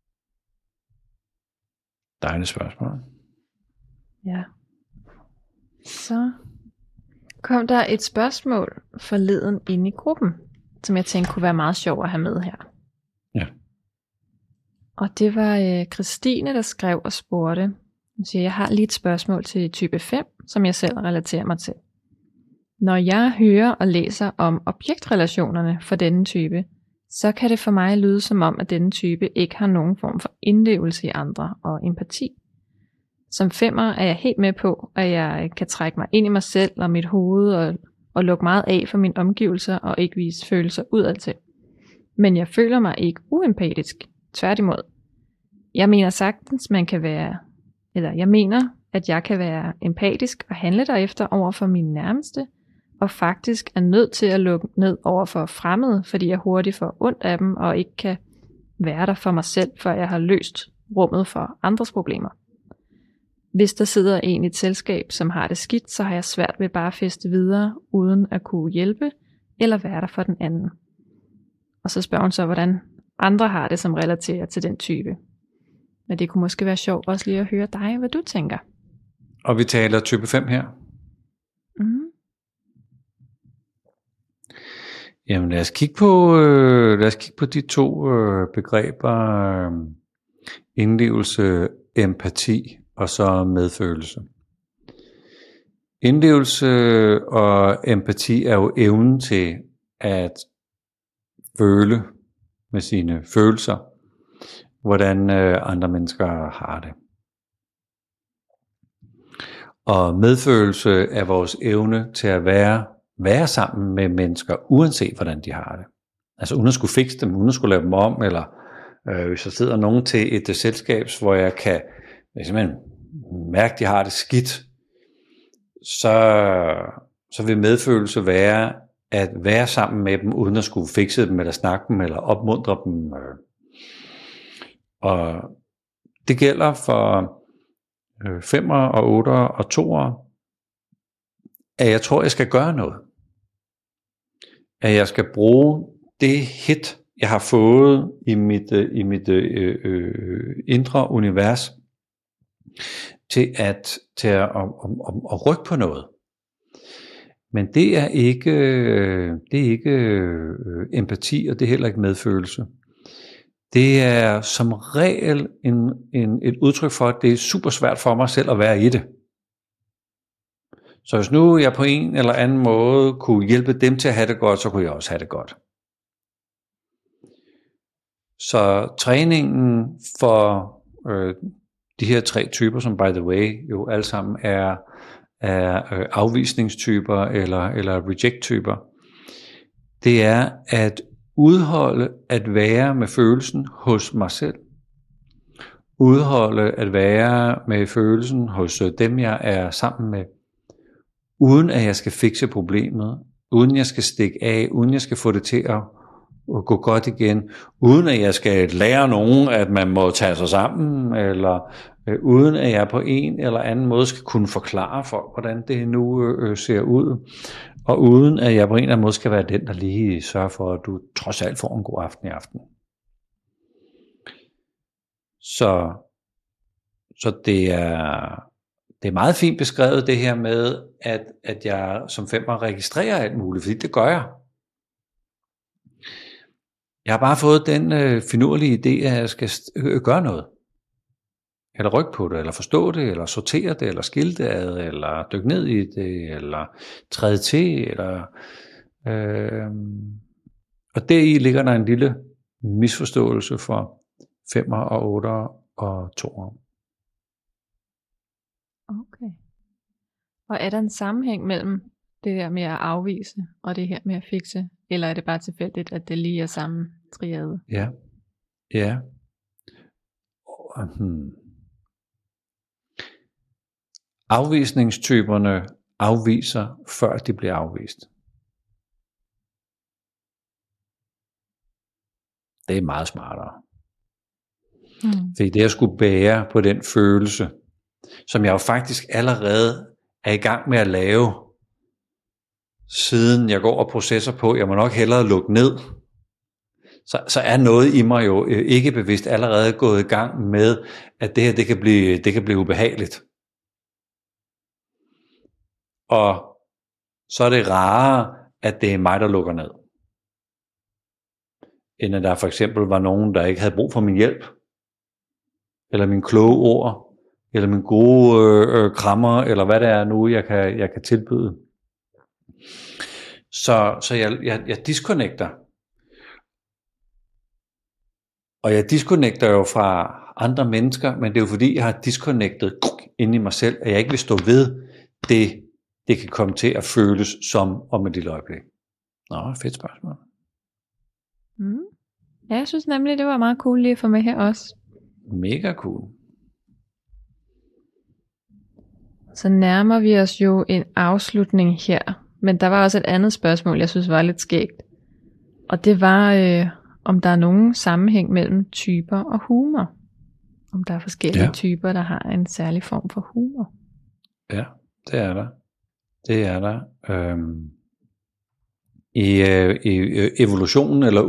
Dejligt spørgsmål. Ja. Så kom der et spørgsmål forleden inde i gruppen, som jeg tænkte kunne være meget sjov at have med her. Ja. Og det var øh, Christine, der skrev og spurgte. Hun siger, jeg har lige et spørgsmål til type fem, som jeg selv relaterer mig til. Når jeg hører og læser om objektrelationerne for denne type, så kan det for mig lyde som om, at denne type ikke har nogen form for indlevelse i andre og empati. Som femmer er jeg helt med på, at jeg kan trække mig ind i mig selv og mit hoved og, og lukke meget af for mine omgivelser og ikke vise følelser udad til. Men jeg føler mig ikke uempatisk. Tværtimod. Jeg mener sagtens, man kan være, eller jeg mener, at jeg kan være empatisk og handle derefter over for mine nærmeste, og faktisk er nødt til at lukke ned over for fremmede, fordi jeg hurtigt får ondt af dem og ikke kan være der for mig selv, før jeg har løst rummet for andres problemer. Hvis der sidder en i et selskab, som har det skidt, så har jeg svært ved bare at feste videre, uden at kunne hjælpe eller være der for den anden. Og så spørger hun så, hvordan andre har det, som relaterer til den type. Men det kunne måske være sjovt også lige at høre dig, hvad du tænker. Og vi taler type fem her. Mm. Jamen lad os kigge på, øh, lad os kigge på de to øh, begreber, øh, indlevelse, empati og så medfølelse. Indlevelse og empati er jo evnen til at føle med sine følelser, hvordan øh, andre mennesker har det. Og medfølelse er vores evne til at være, være sammen med mennesker, uanset hvordan de har det. Altså uden at skulle fikse dem, uden at skulle lave dem om, eller øh, hvis der sidder nogen til et uh, selskab, hvor jeg kan jeg simpelthen mærke, at de har det skidt, så, så vil medfølelse være at være sammen med dem, uden at skulle fikse dem, eller snakke dem, eller opmuntre dem. Og det gælder for femmer og otter og toer, at jeg tror, jeg skal gøre noget. At jeg skal bruge det hit, jeg har fået i mit, i mit øh, øh, indre univers, til at, til at, at, at, at rykke på noget. Men det er ikke, det er ikke øh, empati, og det er heller ikke medfølelse. Det er som regel en, en, et udtryk for, at det er super svært for mig selv at være i det. Så hvis nu jeg på en eller anden måde kunne hjælpe dem til at have det godt, så kunne jeg også have det godt. Så træningen for øh, de her tre typer, som by the way jo alle sammen er, er øh, afvisningstyper eller, eller reject-typer, det er at udholde at være med følelsen hos mig selv. Udholde at være med følelsen hos dem, jeg er sammen med, uden at jeg skal fikse problemet, uden jeg skal stikke af, uden jeg skal få det til at gå godt igen, uden at jeg skal lære nogen, at man må tage sig sammen, eller øh, uden at jeg på en eller anden måde skal kunne forklare folk, hvordan det nu øh, ser ud, og uden at jeg på en eller anden måde skal være den, der lige sørger for, at du trods alt får en god aften i aften. Så, så det er det er meget fint beskrevet det her med, at, at jeg som femmer registrerer alt muligt, fordi det gør jeg. Jeg har bare fået den øh, finurlige idé, at jeg skal øh, gøre noget. Eller rykke på det, eller forstå det, eller sortere det, eller skille det ad, eller dykke ned i det, eller træde til, eller... Øh, og deri ligger der en lille misforståelse for femmer og otter og toer. Okay. Og er der en sammenhæng mellem det der med at afvise og det her med at fikse? Eller er det bare tilfældigt, at det lige er samme triade? Ja. Ja. Hmm. Afvisningstyperne afviser, før de bliver afvist. Det er meget smartere. Hmm. Fordi det at skulle bære på den følelse, som jeg jo faktisk allerede er i gang med at lave, siden jeg går og processer på, jeg må nok hellere lukke ned, så, så er noget i mig jo ikke bevidst allerede gået i gang med, at det her det kan blive, det kan blive ubehageligt. og så er det rarere, at det er mig, der lukker ned. End at der for eksempel var nogen, der ikke havde brug for min hjælp, eller min kloge ord, eller min gode øh, øh, krammer, eller hvad det er nu, jeg kan, jeg kan tilbyde. Så, så jeg, jeg, jeg disconnecter. Og jeg disconnecter jo fra andre mennesker, men det er jo fordi, jeg har disconnectet inde i mig selv, at jeg ikke vil stå ved det, det kan komme til at føles som om et lille øjeblik. Nå, fedt spørgsmål. Mm. Ja, jeg synes nemlig, det var meget cool lige at få med her også. Mega cool. Så nærmer vi os jo en afslutning her, men der var også et andet spørgsmål, jeg synes var lidt skægt. Og det var, øh, om der er nogen sammenhæng mellem typer og humor. Om der er forskellige ja. typer, der har en særlig form for humor. Ja, det er der. Det er der. Øhm, i, øh, I evolutionen eller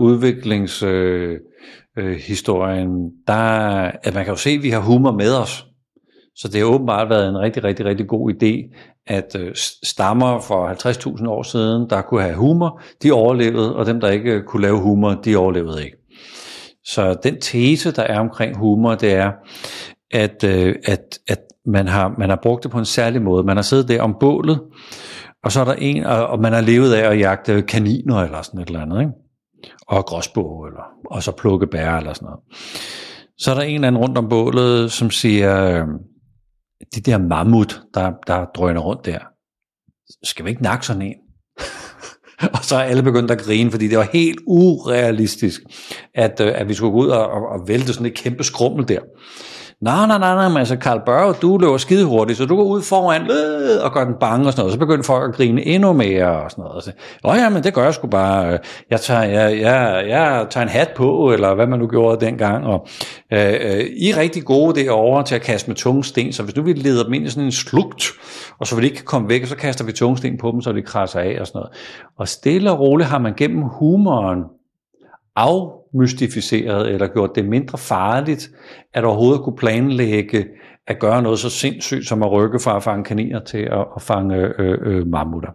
udviklingshistorien, øh, øh, der at man kan jo se, at vi har humor med os. Så det har åbenbart været en rigtig, rigtig, rigtig god idé, at øh, stammer for halvtreds tusind år siden, der kunne have humor, de overlevede, og dem, der ikke kunne lave humor, de overlevede ikke. Så den tese, der er omkring humor, det er, at, øh, at, at man, har, man har brugt det på en særlig måde. Man har siddet der om bålet, og så er der en, og man har levet af at jagte kaniner eller sådan et eller andet, ikke? Og gråspurve, eller, og så plukke bær eller sådan noget. Så er der en eller anden rundt om bålet, som siger, de der mammut, der, der drøner rundt der, skal vi ikke nakke sådan en? Og så er alle begyndt at grine, fordi det var helt urealistisk, at, at vi skulle gå ud og, og, og vælte sådan et kæmpe skrummel der. Nej, nej, nej, nej, men altså Carl Børge, du løber skide hurtigt, så du går ud foran øh, og gør den bange og sådan noget, og så begynder folk at grine endnu mere og sådan noget. Og så, åh ja, men det gør jeg sgu bare, jeg tager, jeg, jeg, jeg tager en hat på, eller hvad man nu gjorde dengang, og øh, øh, I er rigtig gode derovre til at kaste med tunge sten, så hvis du vil lede dem ind i sådan en slugt, og så vil de ikke komme væk, så kaster vi tunge sten på dem, så de krasser af og sådan noget. Og stille og roligt har man gennem humoren afmystificeret eller gjort det mindre farligt, at overhovedet kunne planlægge at gøre noget så sindssygt som at rykke fra at fange kaniner til at, at fange øh, øh, mammutter.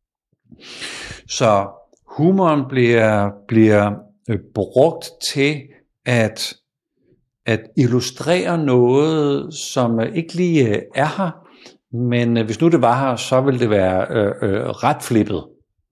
Så humoren bliver, bliver øh, brugt til at, at illustrere noget, som ikke lige er her, men øh, hvis nu det var her, så ville det være øh, øh, ret flippet.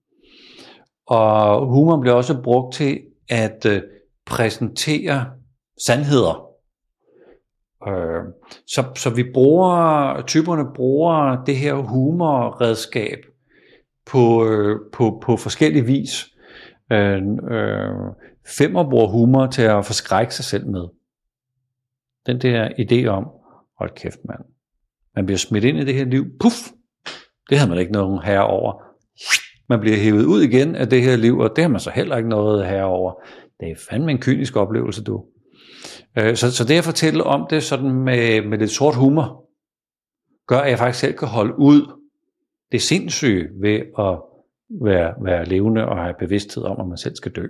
Og humoren bliver også brugt til at øh, præsentere sandheder. Øh, så, så vi bruger, typerne bruger det her humorredskab på, øh, på, på forskellige vis. Øh, øh, femmer bruger humor til at forskrække sig selv med. Den der idé om, hold kæft mand, man bliver smidt ind i det her liv, puff, det havde man ikke nogen herre over. Man bliver hævet ud igen af det her liv, og det har man så heller ikke noget herover. Det er fandme en kynisk oplevelse, du. Så, så det at fortælle om det sådan med, med lidt sort humor, gør, at jeg faktisk selv kan holde ud det sindssyge ved at være, være levende og have bevidsthed om, at man selv skal dø.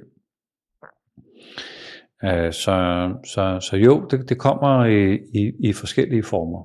Så, så, så jo, det, det kommer i, i, i forskellige former.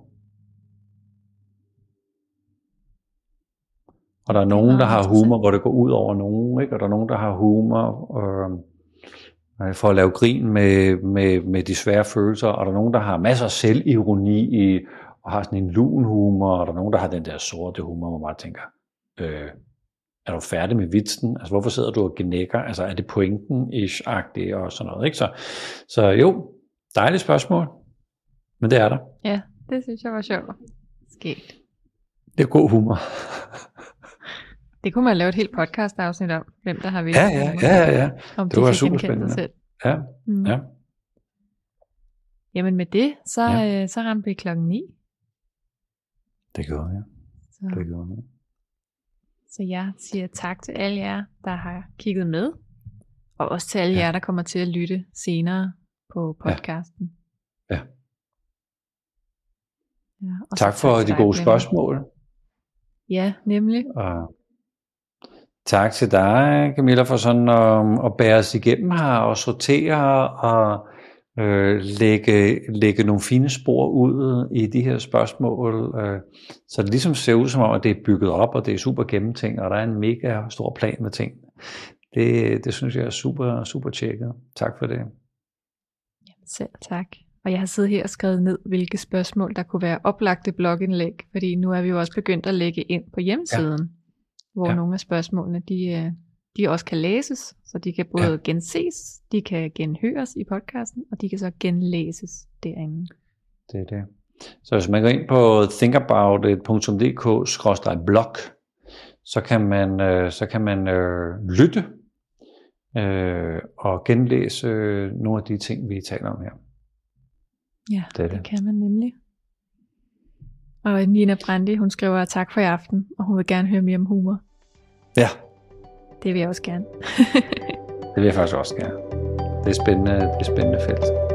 Og der er nogen, der har humor, hvor det går ud over nogen, ikke? Og der er nogen, der har humor øh, for at lave grin med, med, med de svære følelser, og der er nogen, der har masser af selvironi i, og har sådan en lun humor, og der er nogen, der har den der sorte humor, hvor man bare tænker, øh, er du færdig med vitsen? Altså, hvorfor sidder du og gnækker? Altså, er det pointen-ish-agtigt og sådan noget, ikke? Så, så jo, dejligt spørgsmål, men det er der. Ja, det synes jeg var sjovt. Skægt. Det er god humor. Det kunne man lave et helt podcast-afsnit om, hvem der har vildt. Ja, ja, ja, ja, ja. Om det var super spændende. Selv. Ja, mm. ja. Jamen med det, så, ja. øh, så ramte vi klokken ni. Det gjorde jeg. Så. Det gjorde jeg. Så jeg siger tak til alle jer, der har kigget med, og også til alle ja. jer, der kommer til at lytte senere på podcasten. Ja. ja. ja tak for de gode spørgsmål. Ja, nemlig. Og tak til dig, Camilla, for sådan at, at bære os igennem her og sortere og øh, lægge, lægge nogle fine spor ud i de her spørgsmål, øh, så det ligesom ser ud som om, at det er bygget op, og det er super gennemtænkt, og der er en mega stor plan med ting. Det, det synes jeg er super, super tjekket. Tak for det. Selv tak. Og jeg har siddet her og skrevet ned, hvilke spørgsmål, der kunne være oplagte blogindlæg, fordi nu er vi jo også begyndt at lægge ind på hjemmesiden, ja. hvor ja. nogle af spørgsmålene, de, de også kan læses, så de kan både ja. genses, de kan genhøres i podcasten, og de kan så genlæses derinde. Det er det. Så hvis man går ind på thinkaboutit punktum d k skråstreg blog, så kan man, så kan man øh, lytte øh, og genlæse øh, nogle af de ting, vi taler om her. Ja, det, det. det kan man nemlig. Og Nina Brandi, hun skriver tak for i aften, og hun vil gerne høre mere om humor. Ja. Det vil jeg også gerne. Det vil jeg faktisk også gerne. Det er spændende, det er spændende felt.